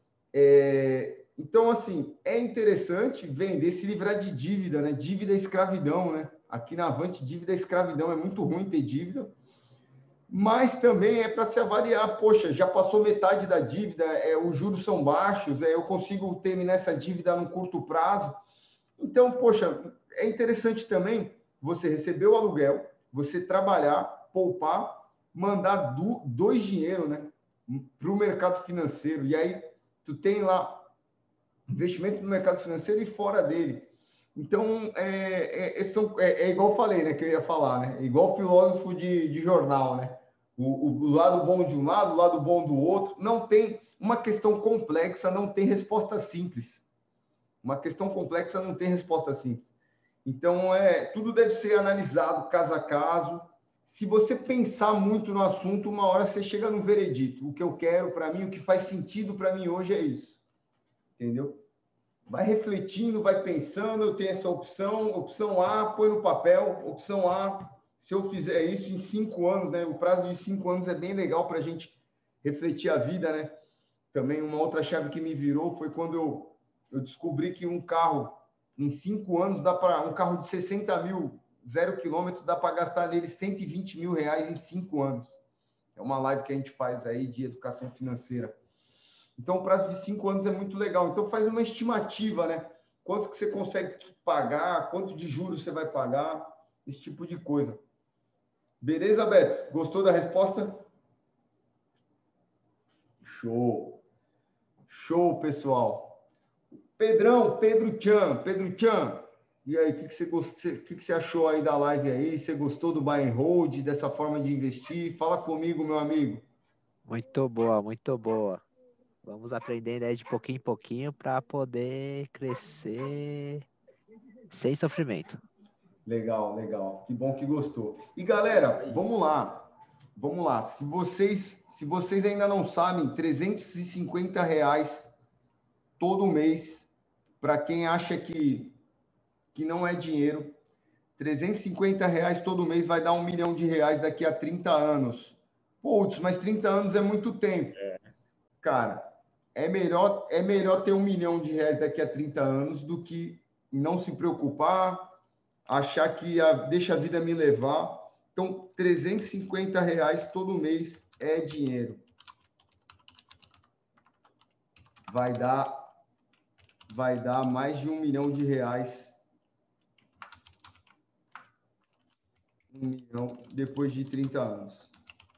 É, então, assim, é interessante vender, se livrar de dívida, né? Dívida é escravidão, né? Aqui na Avante, dívida é escravidão, é muito ruim ter dívida, mas também é para se avaliar, poxa, já passou metade da dívida, é, os juros são baixos, é, eu consigo terminar essa dívida num curto prazo. Então, poxa, é interessante também você receber o aluguel, você trabalhar, poupar, mandar do, dois dinheiro, né, para o mercado financeiro, e aí tu tem lá investimento no mercado financeiro e fora dele. Então, é, é, são, é, é igual eu falei, né, que eu ia falar, né? Igual filósofo de, de jornal, né? O, o, o lado bom de um lado, o lado bom do outro. Não tem uma questão complexa, não tem resposta simples. Uma questão complexa não tem resposta simples. Então, é, tudo deve ser analisado caso a caso. Se você pensar muito no assunto, uma hora você chega no veredito. O que eu quero para mim, o que faz sentido para mim hoje é isso. Entendeu? Vai refletindo, vai pensando, eu tenho essa opção, opção A, põe no papel, opção A, se eu fizer isso em cinco anos, né? O prazo de cinco anos é bem legal para a gente refletir a vida, né? Também uma outra chave que me virou foi quando eu, eu descobri que um carro, em cinco anos, dá para um carro de sessenta mil, zero quilômetro, dá para gastar nele cento e vinte mil reais em cinco anos. É uma live que a gente faz aí de educação financeira. Então, o prazo de cinco anos é muito legal. Então, faz uma estimativa, né? Quanto que você consegue pagar, quanto de juros você vai pagar, esse tipo de coisa. Beleza, Beto? Gostou da resposta? Show! Show, pessoal! Pedrão, Pedro Chan, Pedro Chan, E aí, o que, que, você gost... que, que você achou aí da live aí? Você gostou do buy and hold, dessa forma de investir? Fala comigo, meu amigo. Muito boa, muito boa. Vamos aprendendo aí de pouquinho em pouquinho para poder crescer sem sofrimento. Legal, legal. Que bom que gostou. E galera, vamos lá. Vamos lá. Se vocês, se vocês ainda não sabem, trezentos e cinquenta reais todo mês, para quem acha que, que não é dinheiro, trezentos e cinquenta reais todo mês vai dar um milhão de reais daqui a trinta anos. Putz, mas trinta anos é muito tempo. Cara, é melhor, é melhor ter um milhão de reais daqui a trinta anos do que não se preocupar, achar que a, deixa a vida me levar. Então, trezentos e cinquenta reais todo mês é dinheiro. Vai dar, vai dar mais de um milhão de reais. Um milhão depois de trinta anos.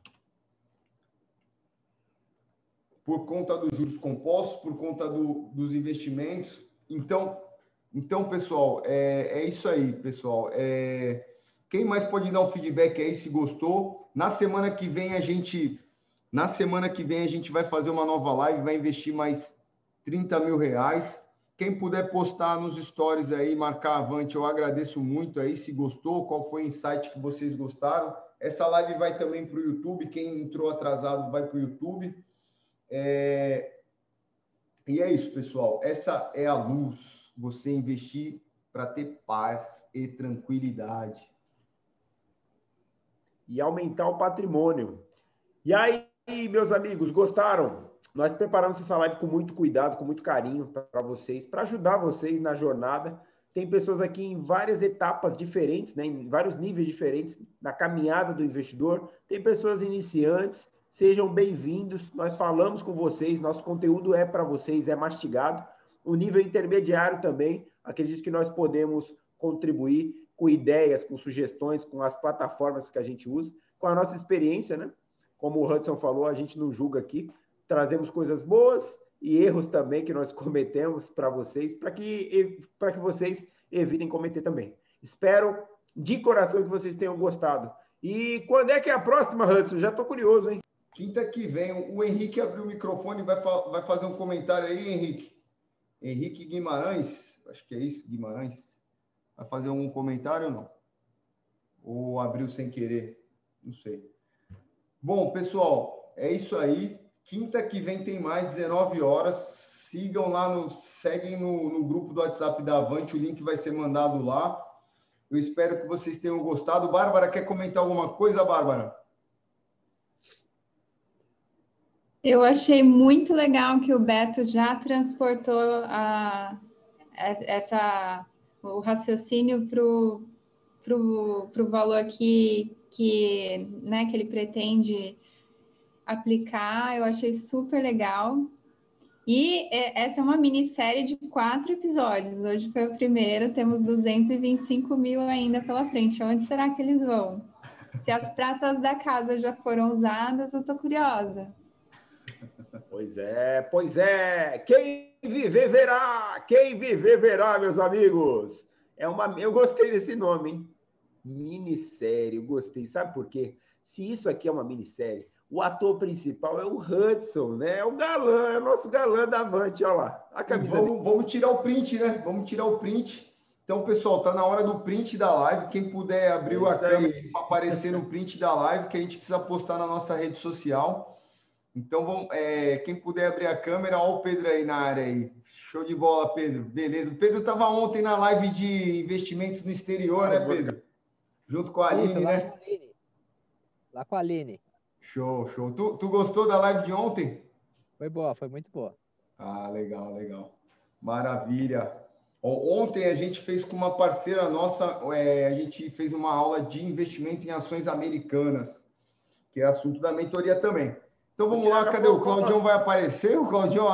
Por conta dos juros compostos, por conta do, dos investimentos. Então, então pessoal, é, é isso aí, pessoal. É, quem mais pode dar um feedback aí se gostou? Na semana que vem a gente, na semana que vem a gente vai fazer uma nova live, vai investir mais trinta mil reais. Quem puder postar nos stories aí, marcar Avante, eu agradeço muito aí. Se gostou, qual foi o insight que vocês gostaram? Essa live vai também para o YouTube. Quem entrou atrasado vai para o YouTube. É... E é isso, pessoal. Essa é a luz. Você investir para ter paz e tranquilidade. E aumentar o patrimônio. E aí, meus amigos, gostaram? Nós preparamos essa live com muito cuidado, com muito carinho para vocês, para ajudar vocês na jornada. Tem pessoas aqui em várias etapas diferentes, né, em vários níveis diferentes na caminhada do investidor. Tem pessoas iniciantes. Sejam bem-vindos. Nós falamos com vocês, nosso conteúdo é para vocês, é mastigado. O nível intermediário também, acredito que nós podemos contribuir com ideias, com sugestões, com as plataformas que a gente usa, com a nossa experiência, né? Como o Hudson falou, a gente não julga aqui. Trazemos coisas boas e erros também que nós cometemos para vocês, para que, para que vocês evitem cometer também. Espero de coração que vocês tenham gostado. E quando é que é a próxima, Hudson? Já estou curioso, hein? Quinta que vem, o Henrique abriu o microfone e vai, fa vai fazer um comentário aí, Henrique. Henrique Guimarães, acho que é isso, Guimarães. Vai fazer um comentário ou não? Ou abriu sem querer? Não sei. Bom, pessoal, é isso aí. Quinta que vem tem mais, dezenove horas. Sigam lá, no, seguem no, no grupo do WhatsApp da Avante, o link vai ser mandado lá. Eu espero que vocês tenham gostado. Bárbara, quer comentar alguma coisa, Bárbara? Eu achei muito legal que o Beto já transportou a, essa, o raciocínio para o pro, pro valor que, que, né, que ele pretende aplicar. Eu achei super legal. E essa é uma minissérie de quatro episódios. Hoje foi o primeiro, temos duzentos e vinte e cinco mil ainda pela frente. Onde será que eles vão? Se as pratas da casa já foram usadas, eu estou curiosa. Pois é, pois é. Quem viver verá, quem viver verá, meus amigos. É uma, eu gostei desse nome, hein? Minissérie, eu gostei. Sabe por quê? Se isso aqui é uma minissérie, o ator principal é o Hudson, né? É o galã, é o nosso galã da Avante, olha lá. A camisa vamos, vamos tirar o print, né? Vamos tirar o print. Então, pessoal, tá na hora do print da live. Quem puder abrir é a câmera para aparecer no print da live, que a gente precisa postar na nossa rede social. Então, vamos, é, quem puder abrir a câmera, olha o Pedro aí na área aí. Show de bola, Pedro. Beleza. O Pedro estava ontem na live de investimentos no exterior, né, Pedro? Junto com a Aline, Isso, né? Lá com a Aline. Lá com a Aline. Show, show. Tu, tu gostou da live de ontem? Foi boa, foi muito boa. Ah, legal, legal. Maravilha. Ontem a gente fez com uma parceira nossa, é, a gente fez uma aula de investimento em ações americanas, que é assunto da mentoria também. Então vamos lá, cadê o Claudião? Vai aparecer? O Claudião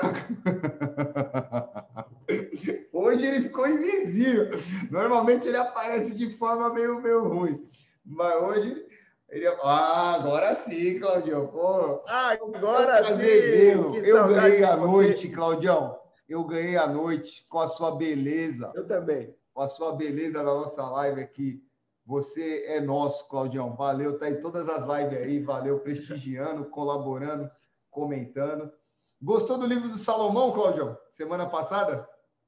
hoje ele ficou invisível. Normalmente ele aparece de forma meio, meio ruim. Mas hoje ele... Ah, agora sim, Claudião. Pô, ah, agora sim. Mesmo. Eu ganhei a noite, Claudião. Eu ganhei a noite com a sua beleza. Eu também. com a sua beleza na nossa live aqui. Você é nosso, Claudião. Valeu, tá em todas as lives aí. Valeu, prestigiando, colaborando, comentando. Gostou do livro do Salomão, Claudião? Semana passada?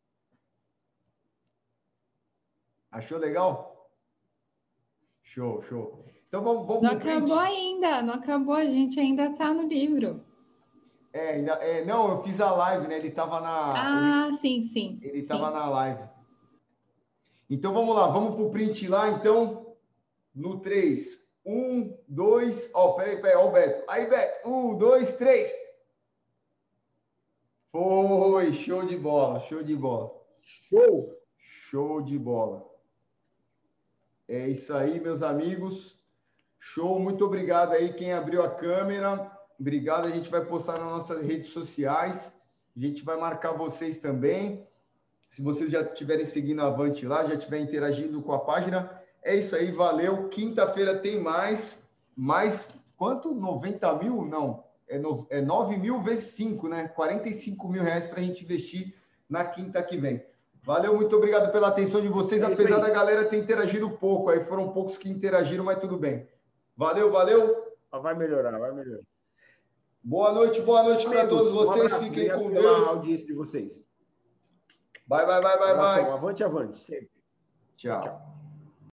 Achou legal? Show, show. Então vamos, vamos Não acabou ainda, não acabou, a gente ainda está no livro. É, ainda, é, não, eu fiz a live, né? Ele estava na. Ah, ele, sim, sim. Ele estava sim. na live. Então vamos lá, vamos para o print lá, então, no três. um, dois. Ó, peraí, peraí, ó, o Beto. Aí, Beto. um, dois, três. Foi, show de bola, show de bola. Show! Show de bola. É isso aí, meus amigos. Show, muito obrigado aí quem abriu a câmera. Obrigado, a gente vai postar nas nossas redes sociais. A gente vai marcar vocês também. Se vocês já estiverem seguindo a Avante lá, já estiverem interagindo com a página. É isso aí, valeu. Quinta-feira tem mais. Mais quanto? noventa mil? Não. É, no, é nove mil vezes cinco, né? quarenta e cinco mil reais para a gente investir na quinta que vem. Valeu, muito obrigado pela atenção de vocês, apesar da galera ter interagido pouco. Aí foram poucos que interagiram, mas tudo bem. Valeu, valeu. Vai melhorar, vai melhorar. Boa noite, boa noite para todos vocês. Um Fiquem com Deus. Pela audiência de vocês. Vai, vai, vai, vai, vai. Avante, avante, sempre. Tchau. Tchau.